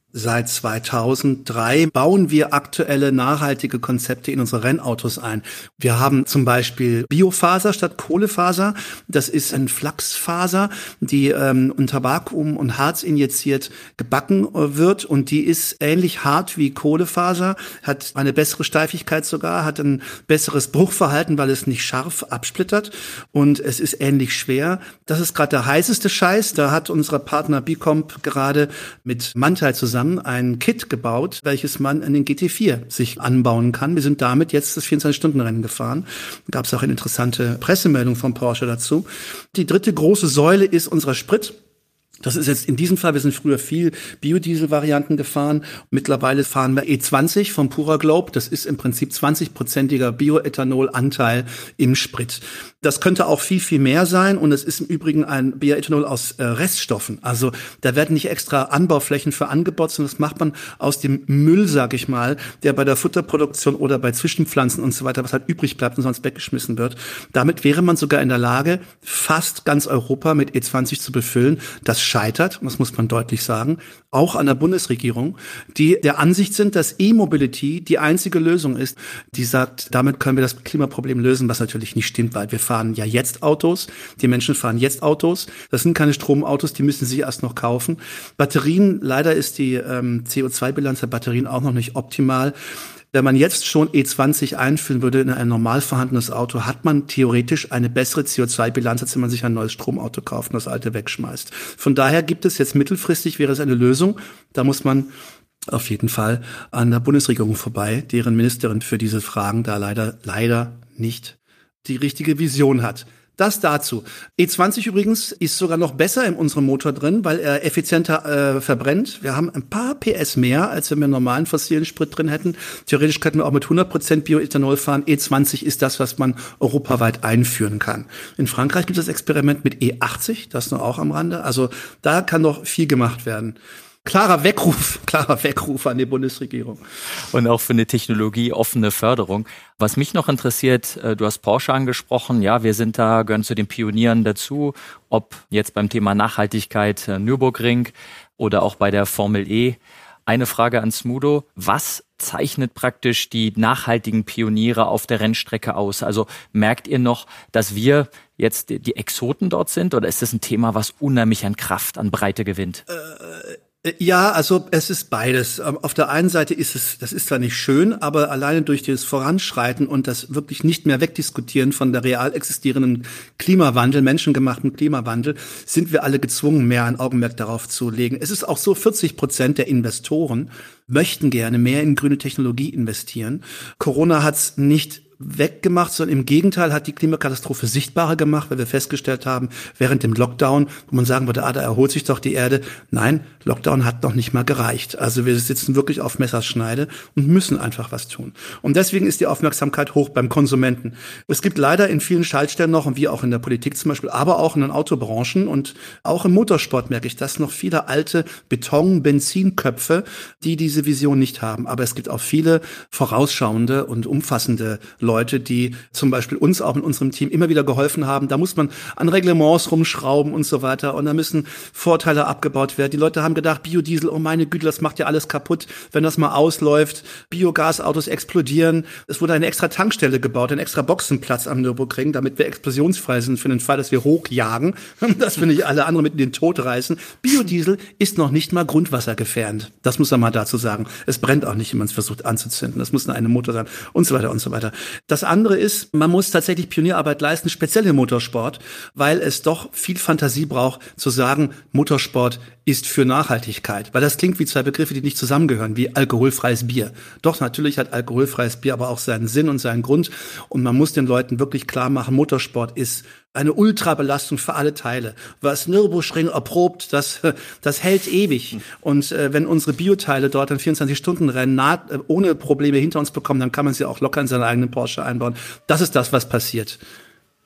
Seit zweitausenddrei bauen wir aktuelle nachhaltige Konzepte in unsere Rennautos ein. Wir haben zum Beispiel Biofaser statt Kohlefaser. Das ist ein Flachsfaser, die ähm, unter Vakuum und Harz injiziert gebacken äh, wird. Und die ist ähnlich hart wie Kohlefaser, hat eine bessere Steifigkeit sogar, hat ein besseres Bruchverhalten, weil es nicht scharf absplittert. Und es ist ähnlich schwer. Das ist gerade der heißeste Scheiß. Da hat unser Partner Bicomp gerade mit Manthey zusammen ein Kit gebaut, welches man in den G T vier sich anbauen kann. Wir sind damit jetzt das vierundzwanzig-Stunden-Rennen gefahren. Da gab es auch eine interessante Pressemeldung von Porsche dazu. Die dritte große Säule ist unser Sprit. Das ist jetzt in diesem Fall, wir sind früher viel Biodiesel-Varianten gefahren. Mittlerweile fahren wir E zwanzig vom Pura Globe. Das ist im Prinzip zwanzig-prozentiger Bioethanol-Anteil im Sprit. Das könnte auch viel, viel mehr sein. Und es ist im Übrigen ein Bioethanol aus äh, Reststoffen. Also da werden nicht extra Anbauflächen für angebaut, sondern das macht man aus dem Müll, sag ich mal, der bei der Futterproduktion oder bei Zwischenpflanzen und so weiter, was halt übrig bleibt und sonst weggeschmissen wird. Damit wäre man sogar in der Lage, fast ganz Europa mit E zwanzig zu befüllen. Das scheitert, das muss man deutlich sagen, auch an der Bundesregierung, die der Ansicht sind, dass E-Mobility die einzige Lösung ist, die sagt, damit können wir das Klimaproblem lösen, was natürlich nicht stimmt, weil wir fahren ja jetzt Autos, die Menschen fahren jetzt Autos, das sind keine Stromautos, die müssen sie erst noch kaufen. Batterien, leider ist die ähm, C O zwei Bilanz der Batterien auch noch nicht optimal. Wenn man jetzt schon E zwanzig einführen würde in ein normal vorhandenes Auto, hat man theoretisch eine bessere C O zwei Bilanz, als wenn man sich ein neues Stromauto kauft und das alte wegschmeißt. Von daher gibt es jetzt mittelfristig, wäre es eine Lösung. Da muss man auf jeden Fall an der Bundesregierung vorbei, deren Ministerin für diese Fragen da leider, leider nicht die richtige Vision hat. Das dazu. E zwanzig übrigens ist sogar noch besser in unserem Motor drin, weil er effizienter äh, verbrennt. Wir haben ein paar P S mehr, als wenn wir normalen fossilen Sprit drin hätten. Theoretisch könnten wir auch mit hundert Prozent Bioethanol fahren. E zwanzig ist das, was man europaweit einführen kann. In Frankreich gibt es das Experiment mit E achtzig, das nur auch am Rande. Also da kann noch viel gemacht werden. Klarer Weckruf, klarer Weckruf an die Bundesregierung. Und auch für eine technologieoffene Förderung. Was mich noch interessiert, du hast Porsche angesprochen. Ja, wir sind da, gehören zu den Pionieren dazu. Ob jetzt beim Thema Nachhaltigkeit Nürburgring oder auch bei der Formel E. Eine Frage an Smudo. Was zeichnet praktisch die nachhaltigen Pioniere auf der Rennstrecke aus? Also merkt ihr noch, dass wir jetzt die Exoten dort sind? Oder ist das ein Thema, was unheimlich an Kraft, an Breite gewinnt? Äh Ja, also es ist beides. Auf der einen Seite ist es, das ist zwar nicht schön, aber alleine durch das Voranschreiten und das wirklich nicht mehr wegdiskutieren von der real existierenden Klimawandel, menschengemachten Klimawandel, sind wir alle gezwungen, mehr ein Augenmerk darauf zu legen. Es ist auch so, vierzig Prozent der Investoren möchten gerne mehr in grüne Technologie investieren. Corona hat's nicht weggemacht, sondern im Gegenteil hat die Klimakatastrophe sichtbarer gemacht, weil wir festgestellt haben, während dem Lockdown, wo man sagen würde, ah, da erholt sich doch die Erde. Nein, Lockdown hat noch nicht mal gereicht. Also wir sitzen wirklich auf Messerschneide und müssen einfach was tun. Und deswegen ist die Aufmerksamkeit hoch beim Konsumenten. Es gibt leider in vielen Schaltstellen noch, und wie auch in der Politik zum Beispiel, aber auch in den Autobranchen und auch im Motorsport merke ich das, noch viele alte Beton-Benzinköpfe, die diese Vision nicht haben. Aber es gibt auch viele vorausschauende und umfassende Leute, die zum Beispiel uns auch in unserem Team immer wieder geholfen haben. Da muss man an Reglements rumschrauben und so weiter und da müssen Vorteile abgebaut werden. Die Leute haben gedacht, Biodiesel, oh meine Güte, das macht ja alles kaputt, wenn das mal ausläuft. Biogasautos explodieren. Es wurde eine extra Tankstelle gebaut, ein extra Boxenplatz am Nürburgring, damit wir explosionsfrei sind für den Fall, dass wir hochjagen, dass wir nicht alle anderen mit in den Tod reißen. Biodiesel ist noch nicht mal grundwassergefährdend. Das muss man mal dazu sagen. Es brennt auch nicht, wenn man es versucht anzuzünden. Das muss nur eine Motor sein und so weiter und so weiter. Das andere ist, man muss tatsächlich Pionierarbeit leisten, speziell im Motorsport, weil es doch viel Fantasie braucht, zu sagen, Motorsport ist für Nachhaltigkeit. Weil das klingt wie zwei Begriffe, die nicht zusammengehören, wie alkoholfreies Bier. Doch, natürlich hat alkoholfreies Bier aber auch seinen Sinn und seinen Grund. Und man muss den Leuten wirklich klar machen, Motorsport ist eine Ultrabelastung für alle Teile. Was Nürburgring erprobt, das, das hält ewig. Und äh, wenn unsere Bioteile dort ein vierundzwanzig-Stunden-Rennen nah, ohne Probleme hinter uns bekommen, dann kann man sie auch locker in seinen eigenen Porsche einbauen. Das ist das, was passiert.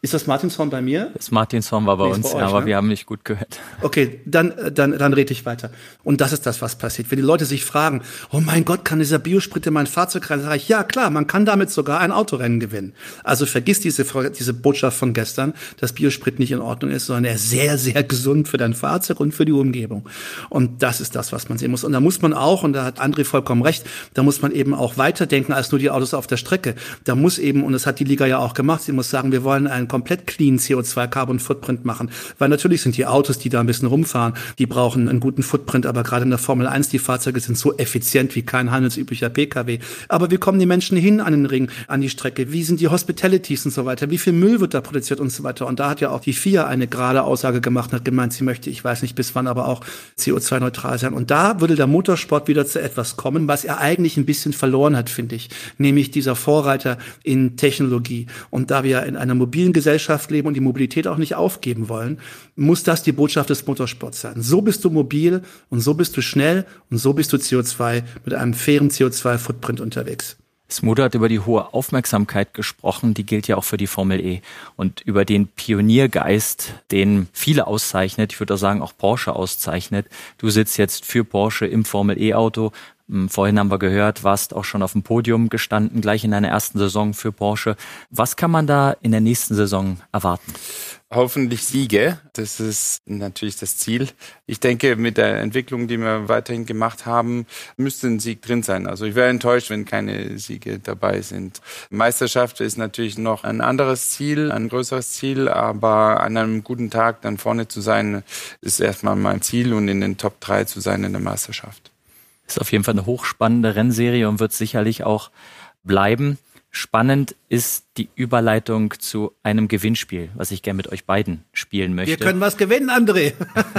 Ist das Martinshorn bei mir? Das Martinshorn war bei nee, uns, bei euch, aber ne? Wir haben nicht gut gehört. Okay, dann, dann, dann rede ich weiter. Und das ist das, was passiert. Wenn die Leute sich fragen, oh mein Gott, kann dieser Biosprit in mein Fahrzeug rein? Sag ich, ja klar, man kann damit sogar ein Autorennen gewinnen. Also vergiss diese, diese Botschaft von gestern, dass Biosprit nicht in Ordnung ist, sondern er ist sehr, sehr gesund für dein Fahrzeug und für die Umgebung. Und das ist das, was man sehen muss. Und da muss man auch, und da hat André vollkommen recht, da muss man eben auch weiterdenken als nur die Autos auf der Strecke. Da muss eben, und das hat die Liga ja auch gemacht, sie muss sagen, wir wollen einen komplett clean C O zwei Carbon Footprint machen. Weil natürlich sind die Autos, die da ein bisschen rumfahren, die brauchen einen guten Footprint, aber gerade in der Formel eins, die Fahrzeuge sind so effizient wie kein handelsüblicher P K W. Aber wie kommen die Menschen hin an den Ring, an die Strecke? Wie sind die Hospitalities und so weiter? Wie viel Müll wird da produziert und so weiter? Und da hat ja auch die F I A eine gerade Aussage gemacht und hat gemeint, sie möchte, ich weiß nicht bis wann, aber auch C O zwei neutral sein. Und da würde der Motorsport wieder zu etwas kommen, was er eigentlich ein bisschen verloren hat, finde ich. Nämlich dieser Vorreiter in Technologie. Und da wir in einer mobilen Gesellschaft leben und die Mobilität auch nicht aufgeben wollen, muss das die Botschaft des Motorsports sein. So bist du mobil und so bist du schnell und so bist du C O zwei mit einem fairen C O zwei Footprint unterwegs. Smudo hat über die hohe Aufmerksamkeit gesprochen, die gilt ja auch für die Formel E. Und über den Pioniergeist, den viele auszeichnet, ich würde auch sagen auch Porsche auszeichnet. Du sitzt jetzt für Porsche im Formel E-Auto. Vorhin haben wir gehört, warst auch schon auf dem Podium gestanden, gleich in deiner ersten Saison für Porsche. Was kann man da in der nächsten Saison erwarten? Hoffentlich Siege, das ist natürlich das Ziel. Ich denke, mit der Entwicklung, die wir weiterhin gemacht haben, müsste ein Sieg drin sein. Also ich wäre enttäuscht, wenn keine Siege dabei sind. Meisterschaft ist natürlich noch ein anderes Ziel, ein größeres Ziel, aber an einem guten Tag dann vorne zu sein, ist erstmal mein Ziel und in den Top drei zu sein in der Meisterschaft. Ist auf jeden Fall eine hochspannende Rennserie und wird sicherlich auch bleiben. Spannend ist die Überleitung zu einem Gewinnspiel, was ich gerne mit euch beiden spielen möchte. Wir können was gewinnen, André.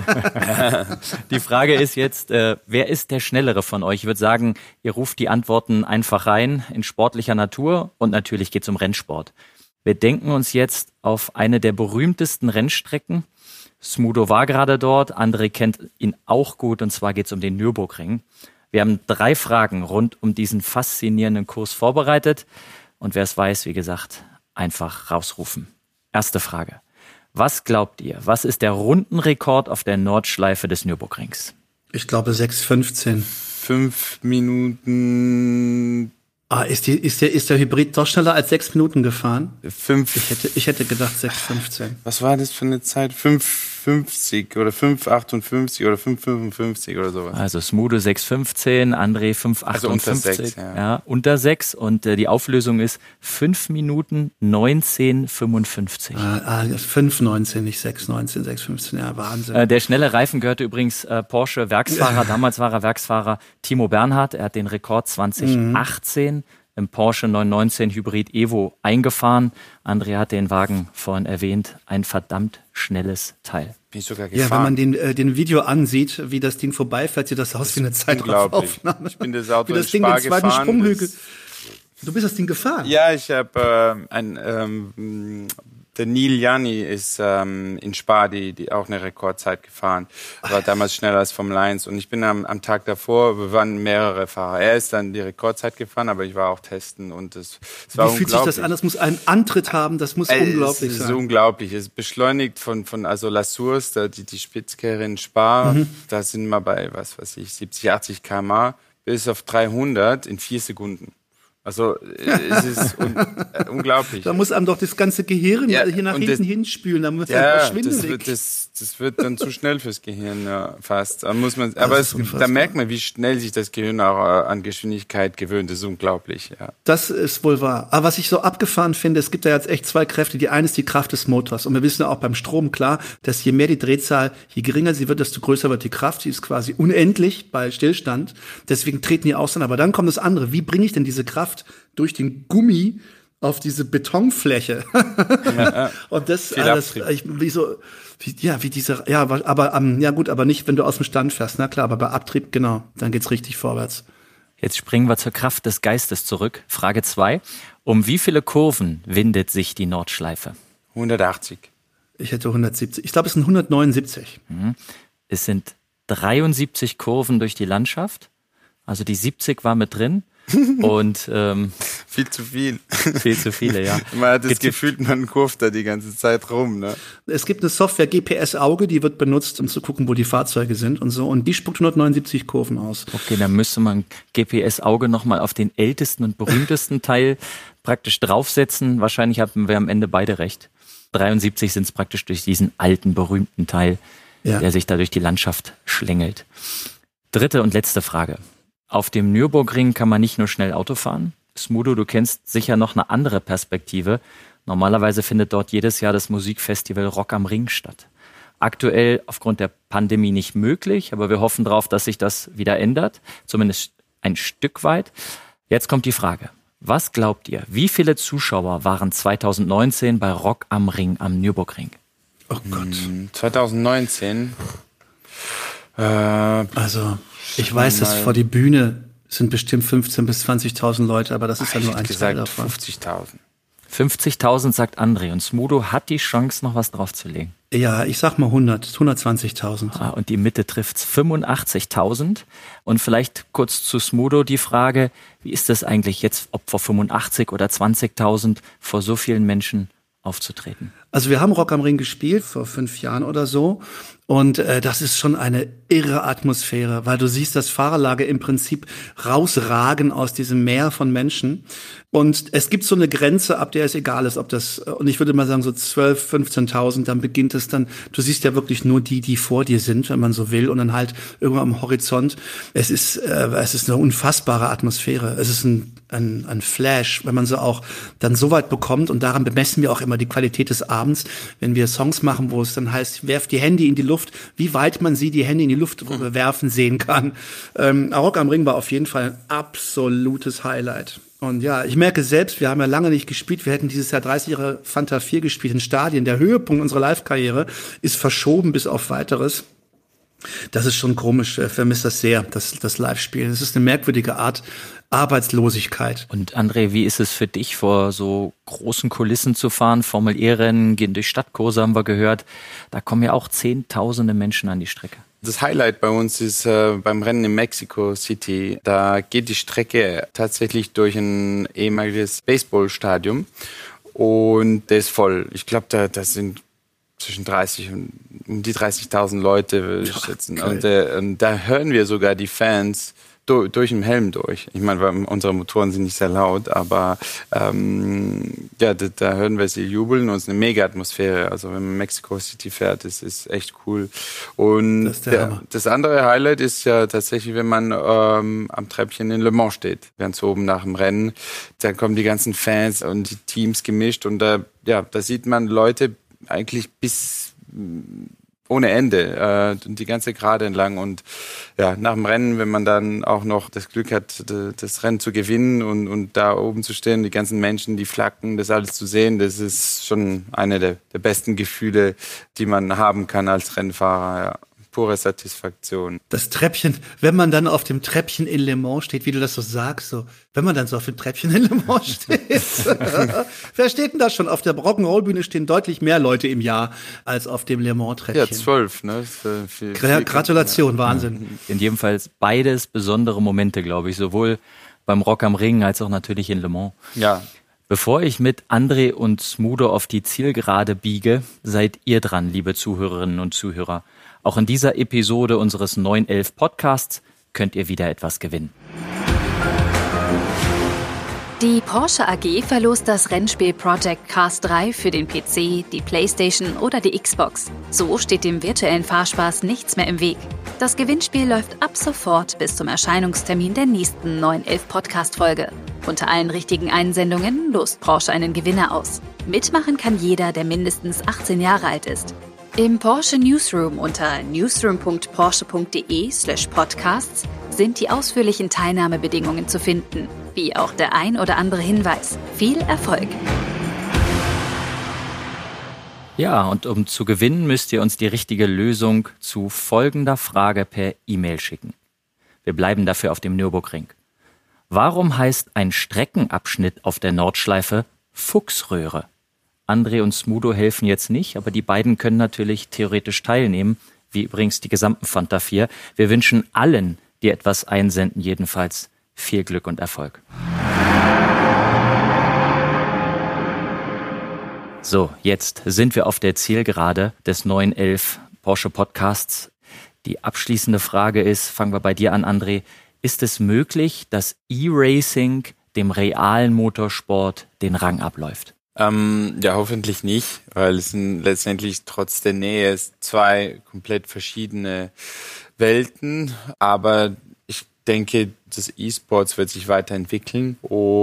Die Frage ist jetzt, äh, wer ist der Schnellere von euch? Ich würde sagen, ihr ruft die Antworten einfach rein in sportlicher Natur und natürlich geht es um Rennsport. Wir denken uns jetzt auf eine der berühmtesten Rennstrecken. Smudo war gerade dort, André kennt ihn auch gut und zwar geht es um den Nürburgring. Wir haben drei Fragen rund um diesen faszinierenden Kurs vorbereitet. Und wer es weiß, wie gesagt, einfach rausrufen. Erste Frage. Was glaubt ihr, was ist der Rundenrekord auf der Nordschleife des Nürburgrings? Ich glaube sechs fünfzehn. Fünf Minuten... Ah, ist, die, ist, der, ist der Hybrid doch schneller als sechs Minuten gefahren? Fünf. Ich hätte, ich hätte gedacht sechs fünfzehn. Was war das für eine Zeit? fünf fünfzig oder fünf achtundfünfzig oder fünf fünfundfünfzig oder sowas. Also Smudo sechs fünfzehn, André fünf achtundfünfzig. Also unter sechs, ja. ja. Unter sechs und äh, die Auflösung ist fünf Minuten neunzehn fünfundfünfzig. Ah, ah, fünf neunzehn, nicht sechs neunzehn, sechs fünfzehn, ja, Wahnsinn. Äh, der schnelle Reifen gehörte übrigens äh, Porsche Werksfahrer, damals war er Werksfahrer Timo Bernhard, er hat den Rekord zwanzig achtzehn mhm. im Porsche neun neunzehn Hybrid Evo eingefahren. André hat den Wagen vorhin erwähnt. Ein verdammt schnelles Teil. Bin ich sogar gefahren. Ja, wenn man den, äh, den Video ansieht, wie das Ding vorbeifährt, sieht das aus wie eine Zeitrafferaufnahme. Ich bin das Auto wie das in Ding Spa den zweiten gefahren. Sprunghügel. Du bist das Ding gefahren? Ja, ich habe äh, ein... Ähm, Der Neil Janni ist ähm, in Spa die, die auch eine Rekordzeit gefahren. War damals schneller als Formel eins. Und ich bin am, am Tag davor, wir waren mehrere Fahrer. Er ist dann die Rekordzeit gefahren, aber ich war auch testen. Und es, es war Wie fühlt sich das an? Das muss einen Antritt haben, das muss äh, unglaublich es sein. Es ist unglaublich. Es ist beschleunigt von, von also La Source, da, die, die Spitzkehre in Spa. Mhm. Da sind wir bei, was weiß ich, siebzig, achtzig Kilometer pro Stunde bis auf dreihundert in vier Sekunden. Also es ist un äh, unglaublich. Da muss einem doch das ganze Gehirn ja, hier nach hinten das, hinspülen, dann wird ja, das schwindelig. Das wird, das, das wird dann zu schnell fürs Gehirn ja, fast. Da muss man, aber es, da merkt man, wie schnell sich das Gehirn auch an Geschwindigkeit gewöhnt. Das ist unglaublich. Ja. Das ist wohl wahr. Aber was ich so abgefahren finde, es gibt da jetzt echt zwei Kräfte. Die eine ist die Kraft des Motors. Und wir wissen ja auch beim Strom klar, dass je mehr die Drehzahl, je geringer sie wird, desto größer wird die Kraft. Sie ist quasi unendlich bei Stillstand. Deswegen treten die aus. Aber dann kommt das andere. Wie bringe ich denn diese Kraft durch den Gummi auf diese Betonfläche? Ja, und das, alles, ich, wie so, wie, ja, wie diese, ja, aber, um, ja gut, aber nicht, wenn du aus dem Stand fährst, na klar, aber bei Abtrieb, genau, dann geht's richtig vorwärts. Jetzt springen wir zur Kraft des Geistes zurück. Frage zwei. Um wie viele Kurven windet sich die Nordschleife? hundertachtzig. Ich hätte hundertsiebzig. Ich glaube, es sind hundertneunundsiebzig. Mhm. Es sind dreiundsiebzig Kurven durch die Landschaft. Also die siebzig war mit drin. Und ähm, viel zu viel. Viel zu viele, ja. Man hat das Getippt. Gefühl, man kurft da die ganze Zeit rum. Ne? Es gibt eine Software G P S-Auge, die wird benutzt, um zu gucken, wo die Fahrzeuge sind und so. Und die spuckt hundertneunundsiebzig Kurven aus. Okay, dann müsste man G P S-Auge nochmal auf den ältesten und berühmtesten Teil praktisch draufsetzen. Wahrscheinlich haben wir am Ende beide recht. dreiundsiebzig sind es praktisch durch diesen alten, berühmten Teil, ja. der sich da durch die Landschaft schlängelt. Dritte und letzte Frage. Auf dem Nürburgring kann man nicht nur schnell Auto fahren. Smudo, du kennst sicher noch eine andere Perspektive. Normalerweise findet dort jedes Jahr das Musikfestival Rock am Ring statt. Aktuell aufgrund der Pandemie nicht möglich, aber wir hoffen darauf, dass sich das wieder ändert, zumindest ein Stück weit. Jetzt kommt die Frage. Was glaubt ihr, wie viele Zuschauer waren zwanzig neunzehn bei Rock am Ring am Nürburgring? Oh Gott. zwanzig neunzehn Äh, also, ich weiß, dass vor die Bühne sind bestimmt fünfzehntausend bis zwanzigtausend Leute, aber das ist ja nur ein Teil davon. fünfzigtausend fünfzigtausend sagt André und Smudo hat die Chance, noch was draufzulegen. Ja, ich sag mal hundert, hundertzwanzigtausend. Ah, und die Mitte trifft's, fünfundachtzigtausend. Und vielleicht kurz zu Smudo die Frage, wie ist das eigentlich jetzt, ob vor fünfundachtzig oder zwanzigtausend vor so vielen Menschen aufzutreten? Also wir haben Rock am Ring gespielt, vor fünf Jahren oder so. Und äh, das ist schon eine irre Atmosphäre, weil du siehst das Fahrerlager im Prinzip rausragen aus diesem Meer von Menschen. Und es gibt so eine Grenze, ab der es egal ist, ob das, und ich würde mal sagen so zwölf, fünfzehntausend, dann beginnt es dann, du siehst ja wirklich nur die, die vor dir sind, wenn man so will, und dann halt irgendwann am Horizont. Es ist, äh, es ist eine unfassbare Atmosphäre. Es ist ein, ein, ein Flash, wenn man so auch dann so weit bekommt, und daran bemessen wir auch immer die Qualität des Abends, wenn wir Songs machen, wo es dann heißt, werft die Hände in die Luft, wie weit man sie die Hände in die Luft mhm. werfen sehen kann. Ähm, Rock am Ring war auf jeden Fall ein absolutes Highlight. Und ja, ich merke selbst, wir haben ja lange nicht gespielt. Wir hätten dieses Jahr dreißig Jahre Fanta vier gespielt in Stadien. Der Höhepunkt unserer Live-Karriere ist verschoben bis auf Weiteres. Das ist schon komisch. Ich vermisse das sehr, das, das Live-Spielen. Es ist eine merkwürdige Art Arbeitslosigkeit. Und André, wie ist es für dich, vor so großen Kulissen zu fahren? Formel-E-Rennen, gehen durch Stadtkurse, haben wir gehört. Da kommen ja auch zehntausende Menschen an die Strecke. Das Highlight bei uns ist äh, beim Rennen in Mexico City. Da geht die Strecke tatsächlich durch ein ehemaliges Baseballstadion und der ist voll. Ich glaube, da, das sind zwischen dreißig und um die dreißigtausend Leute, würde ich schätzen. Ja, und, äh, und da hören wir sogar die Fans durch, durch den Helm durch. Ich meine, unsere Motoren sind nicht sehr laut, aber ähm, ja, da, da hören wir sie jubeln und es ist eine mega Atmosphäre. Also wenn man Mexico City fährt, das ist echt cool. Und das, der, das andere Highlight ist ja tatsächlich, wenn man ähm, am Treppchen in Le Mans steht, ganz oben nach dem Rennen. Dann kommen die ganzen Fans und die Teams gemischt und da, ja, da sieht man Leute eigentlich bis ohne Ende, äh, die ganze Gerade entlang. Und ja, nach dem Rennen, wenn man dann auch noch das Glück hat, das Rennen zu gewinnen und, und da oben zu stehen, die ganzen Menschen, die Flaggen, das alles zu sehen, das ist schon eine der, der besten Gefühle, die man haben kann als Rennfahrer, ja. Pure Satisfaktion. Das Treppchen, wenn man dann auf dem Treppchen in Le Mans steht, wie du das so sagst, so, wenn man dann so auf dem Treppchen in Le Mans steht. Wer steht denn da schon? Auf der Rock'n'Roll-Bühne stehen deutlich mehr Leute im Jahr als auf dem Le Mans-Treppchen. Ja, zwölf, ne? Viel, viel, viel Gratulation, ja. Wahnsinn. In jedem Fall beides besondere Momente, glaube ich, sowohl beim Rock am Ring als auch natürlich in Le Mans. Ja. Bevor ich mit André und Smudo auf die Zielgerade biege, seid ihr dran, liebe Zuhörerinnen und Zuhörer. Auch in dieser Episode unseres neun elf Podcasts könnt ihr wieder etwas gewinnen. Die Porsche A G verlost das Rennspiel Project Cars drei für den P C, die PlayStation oder die Xbox. So steht dem virtuellen Fahrspaß nichts mehr im Weg. Das Gewinnspiel läuft ab sofort bis zum Erscheinungstermin der nächsten neun elf Podcast-Folge. Unter allen richtigen Einsendungen lost Porsche einen Gewinner aus. Mitmachen kann jeder, der mindestens achtzehn Jahre alt ist. Im Porsche Newsroom unter newsroom punkt porsche punkt de slash podcasts sind die ausführlichen Teilnahmebedingungen zu finden, wie auch der ein oder andere Hinweis. Viel Erfolg! Ja, und um zu gewinnen, müsst ihr uns die richtige Lösung zu folgender Frage per E-Mail schicken. Wir bleiben dafür auf dem Nürburgring. Warum heißt ein Streckenabschnitt auf der Nordschleife Fuchsröhre? André und Smudo helfen jetzt nicht, aber die beiden können natürlich theoretisch teilnehmen, wie übrigens die gesamten Fanta vier. Wir wünschen allen, die etwas einsenden, jedenfalls viel Glück und Erfolg. So, jetzt sind wir auf der Zielgerade des neun elf Porsche Podcasts. Die abschließende Frage ist, fangen wir bei dir an, André, ist es möglich, dass E-Racing dem realen Motorsport den Rang abläuft? Ähm, ja, hoffentlich nicht, weil es sind letztendlich trotz der Nähe zwei komplett verschiedene Welten, aber ich denke, das E-Sports wird sich weiterentwickeln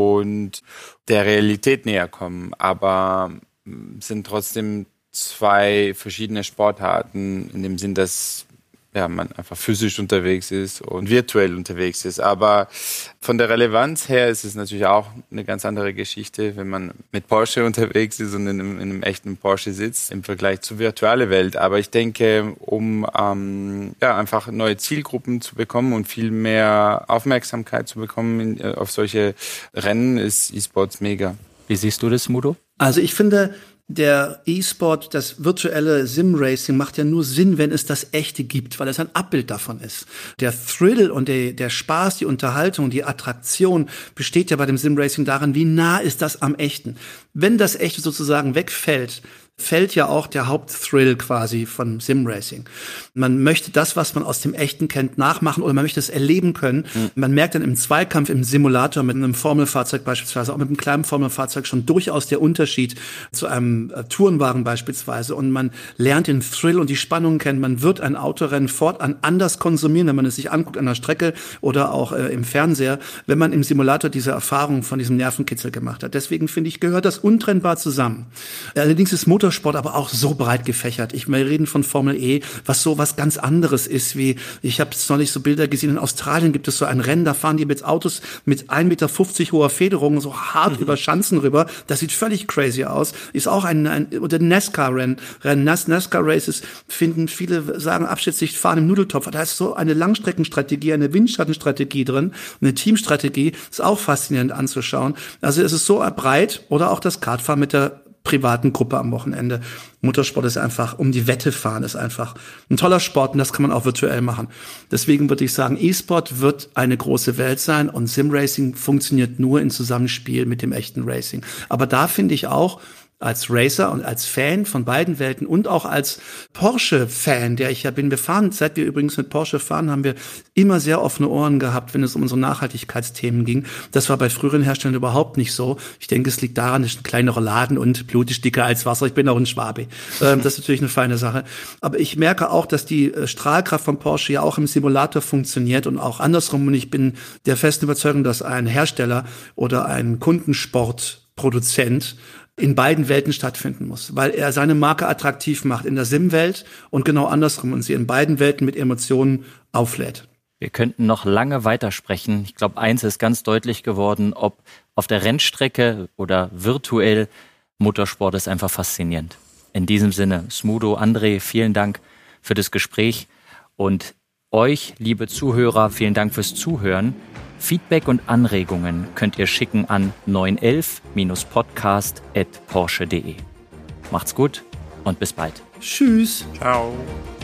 und der Realität näher kommen, aber es sind trotzdem zwei verschiedene Sportarten in dem Sinn, dass ja, man einfach physisch unterwegs ist und virtuell unterwegs ist. Aber von der Relevanz her ist es natürlich auch eine ganz andere Geschichte, wenn man mit Porsche unterwegs ist und in einem, in einem echten Porsche sitzt im Vergleich zur virtuellen Welt. Aber ich denke, um ähm, ja, einfach neue Zielgruppen zu bekommen und viel mehr Aufmerksamkeit zu bekommen in, auf solche Rennen, ist E-Sports mega. Wie siehst du das, Mudo? Also ich finde, der E-Sport, das virtuelle Sim-Racing macht ja nur Sinn, wenn es das Echte gibt, weil es ein Abbild davon ist. Der Thrill und der, der Spaß, die Unterhaltung, die Attraktion besteht ja bei dem Sim-Racing darin, wie nah ist das am Echten. Wenn das Echte sozusagen wegfällt, fällt ja auch der Hauptthrill quasi von Sim-Racing. Man möchte das, was man aus dem Echten kennt, nachmachen oder man möchte es erleben können. Mhm. Man merkt dann im Zweikampf, im Simulator mit einem Formelfahrzeug beispielsweise, auch mit einem kleinen Formelfahrzeug schon durchaus der Unterschied zu einem äh, Tourenwagen beispielsweise. Und man lernt den Thrill und die Spannung kennen. Man wird ein Autorennen fortan anders konsumieren, wenn man es sich anguckt an der Strecke oder auch äh, im Fernseher, wenn man im Simulator diese Erfahrung von diesem Nervenkitzel gemacht hat. Deswegen finde ich, gehört das untrennbar zusammen. Allerdings ist Motor Sport aber auch so breit gefächert. Ich wir reden von Formel E, was so was ganz anderes ist, wie ich habe neulich so Bilder gesehen, in Australien gibt es so ein Rennen, da fahren die mit Autos mit ein Meter fünfzig hoher Federung so hart mhm. über Schanzen rüber. Das sieht völlig crazy aus. Ist auch ein, ein oder NASCAR-Rennen. NASCAR-Races finden viele sagen abschätzig fahren im Nudeltopf. Da ist so eine Langstreckenstrategie, eine Windschattenstrategie drin, eine Teamstrategie. Ist auch faszinierend anzuschauen. Also es ist so breit oder auch das Kartfahren mit der privaten Gruppe am Wochenende. Motorsport ist einfach, um die Wette fahren, ist einfach ein toller Sport und das kann man auch virtuell machen. Deswegen würde ich sagen, E-Sport wird eine große Welt sein und Sim-Racing funktioniert nur in Zusammenspiel mit dem echten Racing. Aber da finde ich auch, als Racer und als Fan von beiden Welten und auch als Porsche-Fan, der ich ja bin. Wir fahren, seit wir übrigens mit Porsche fahren, haben wir immer sehr offene Ohren gehabt, wenn es um unsere Nachhaltigkeitsthemen ging. Das war bei früheren Herstellern überhaupt nicht so. Ich denke, es liegt daran, dass ich ein kleinere Laden und Blut ist dicker als Wasser. Ich bin auch ein Schwabe. Ähm, das ist natürlich eine feine Sache. Aber ich merke auch, dass die äh, Strahlkraft von Porsche ja auch im Simulator funktioniert und auch andersrum. Und ich bin der festen Überzeugung, dass ein Hersteller oder ein Kundensportproduzent in beiden Welten stattfinden muss, weil er seine Marke attraktiv macht in der Sim-Welt und genau andersrum und sie in beiden Welten mit Emotionen auflädt. Wir könnten noch lange weitersprechen. Ich glaube, eins ist ganz deutlich geworden, ob auf der Rennstrecke oder virtuell, Motorsport ist einfach faszinierend. In diesem Sinne, Smudo, André, vielen Dank für das Gespräch und euch, liebe Zuhörer, vielen Dank fürs Zuhören. Feedback und Anregungen könnt ihr schicken an neun elf podcast at porsche punkt de. Macht's gut und bis bald. Tschüss. Ciao.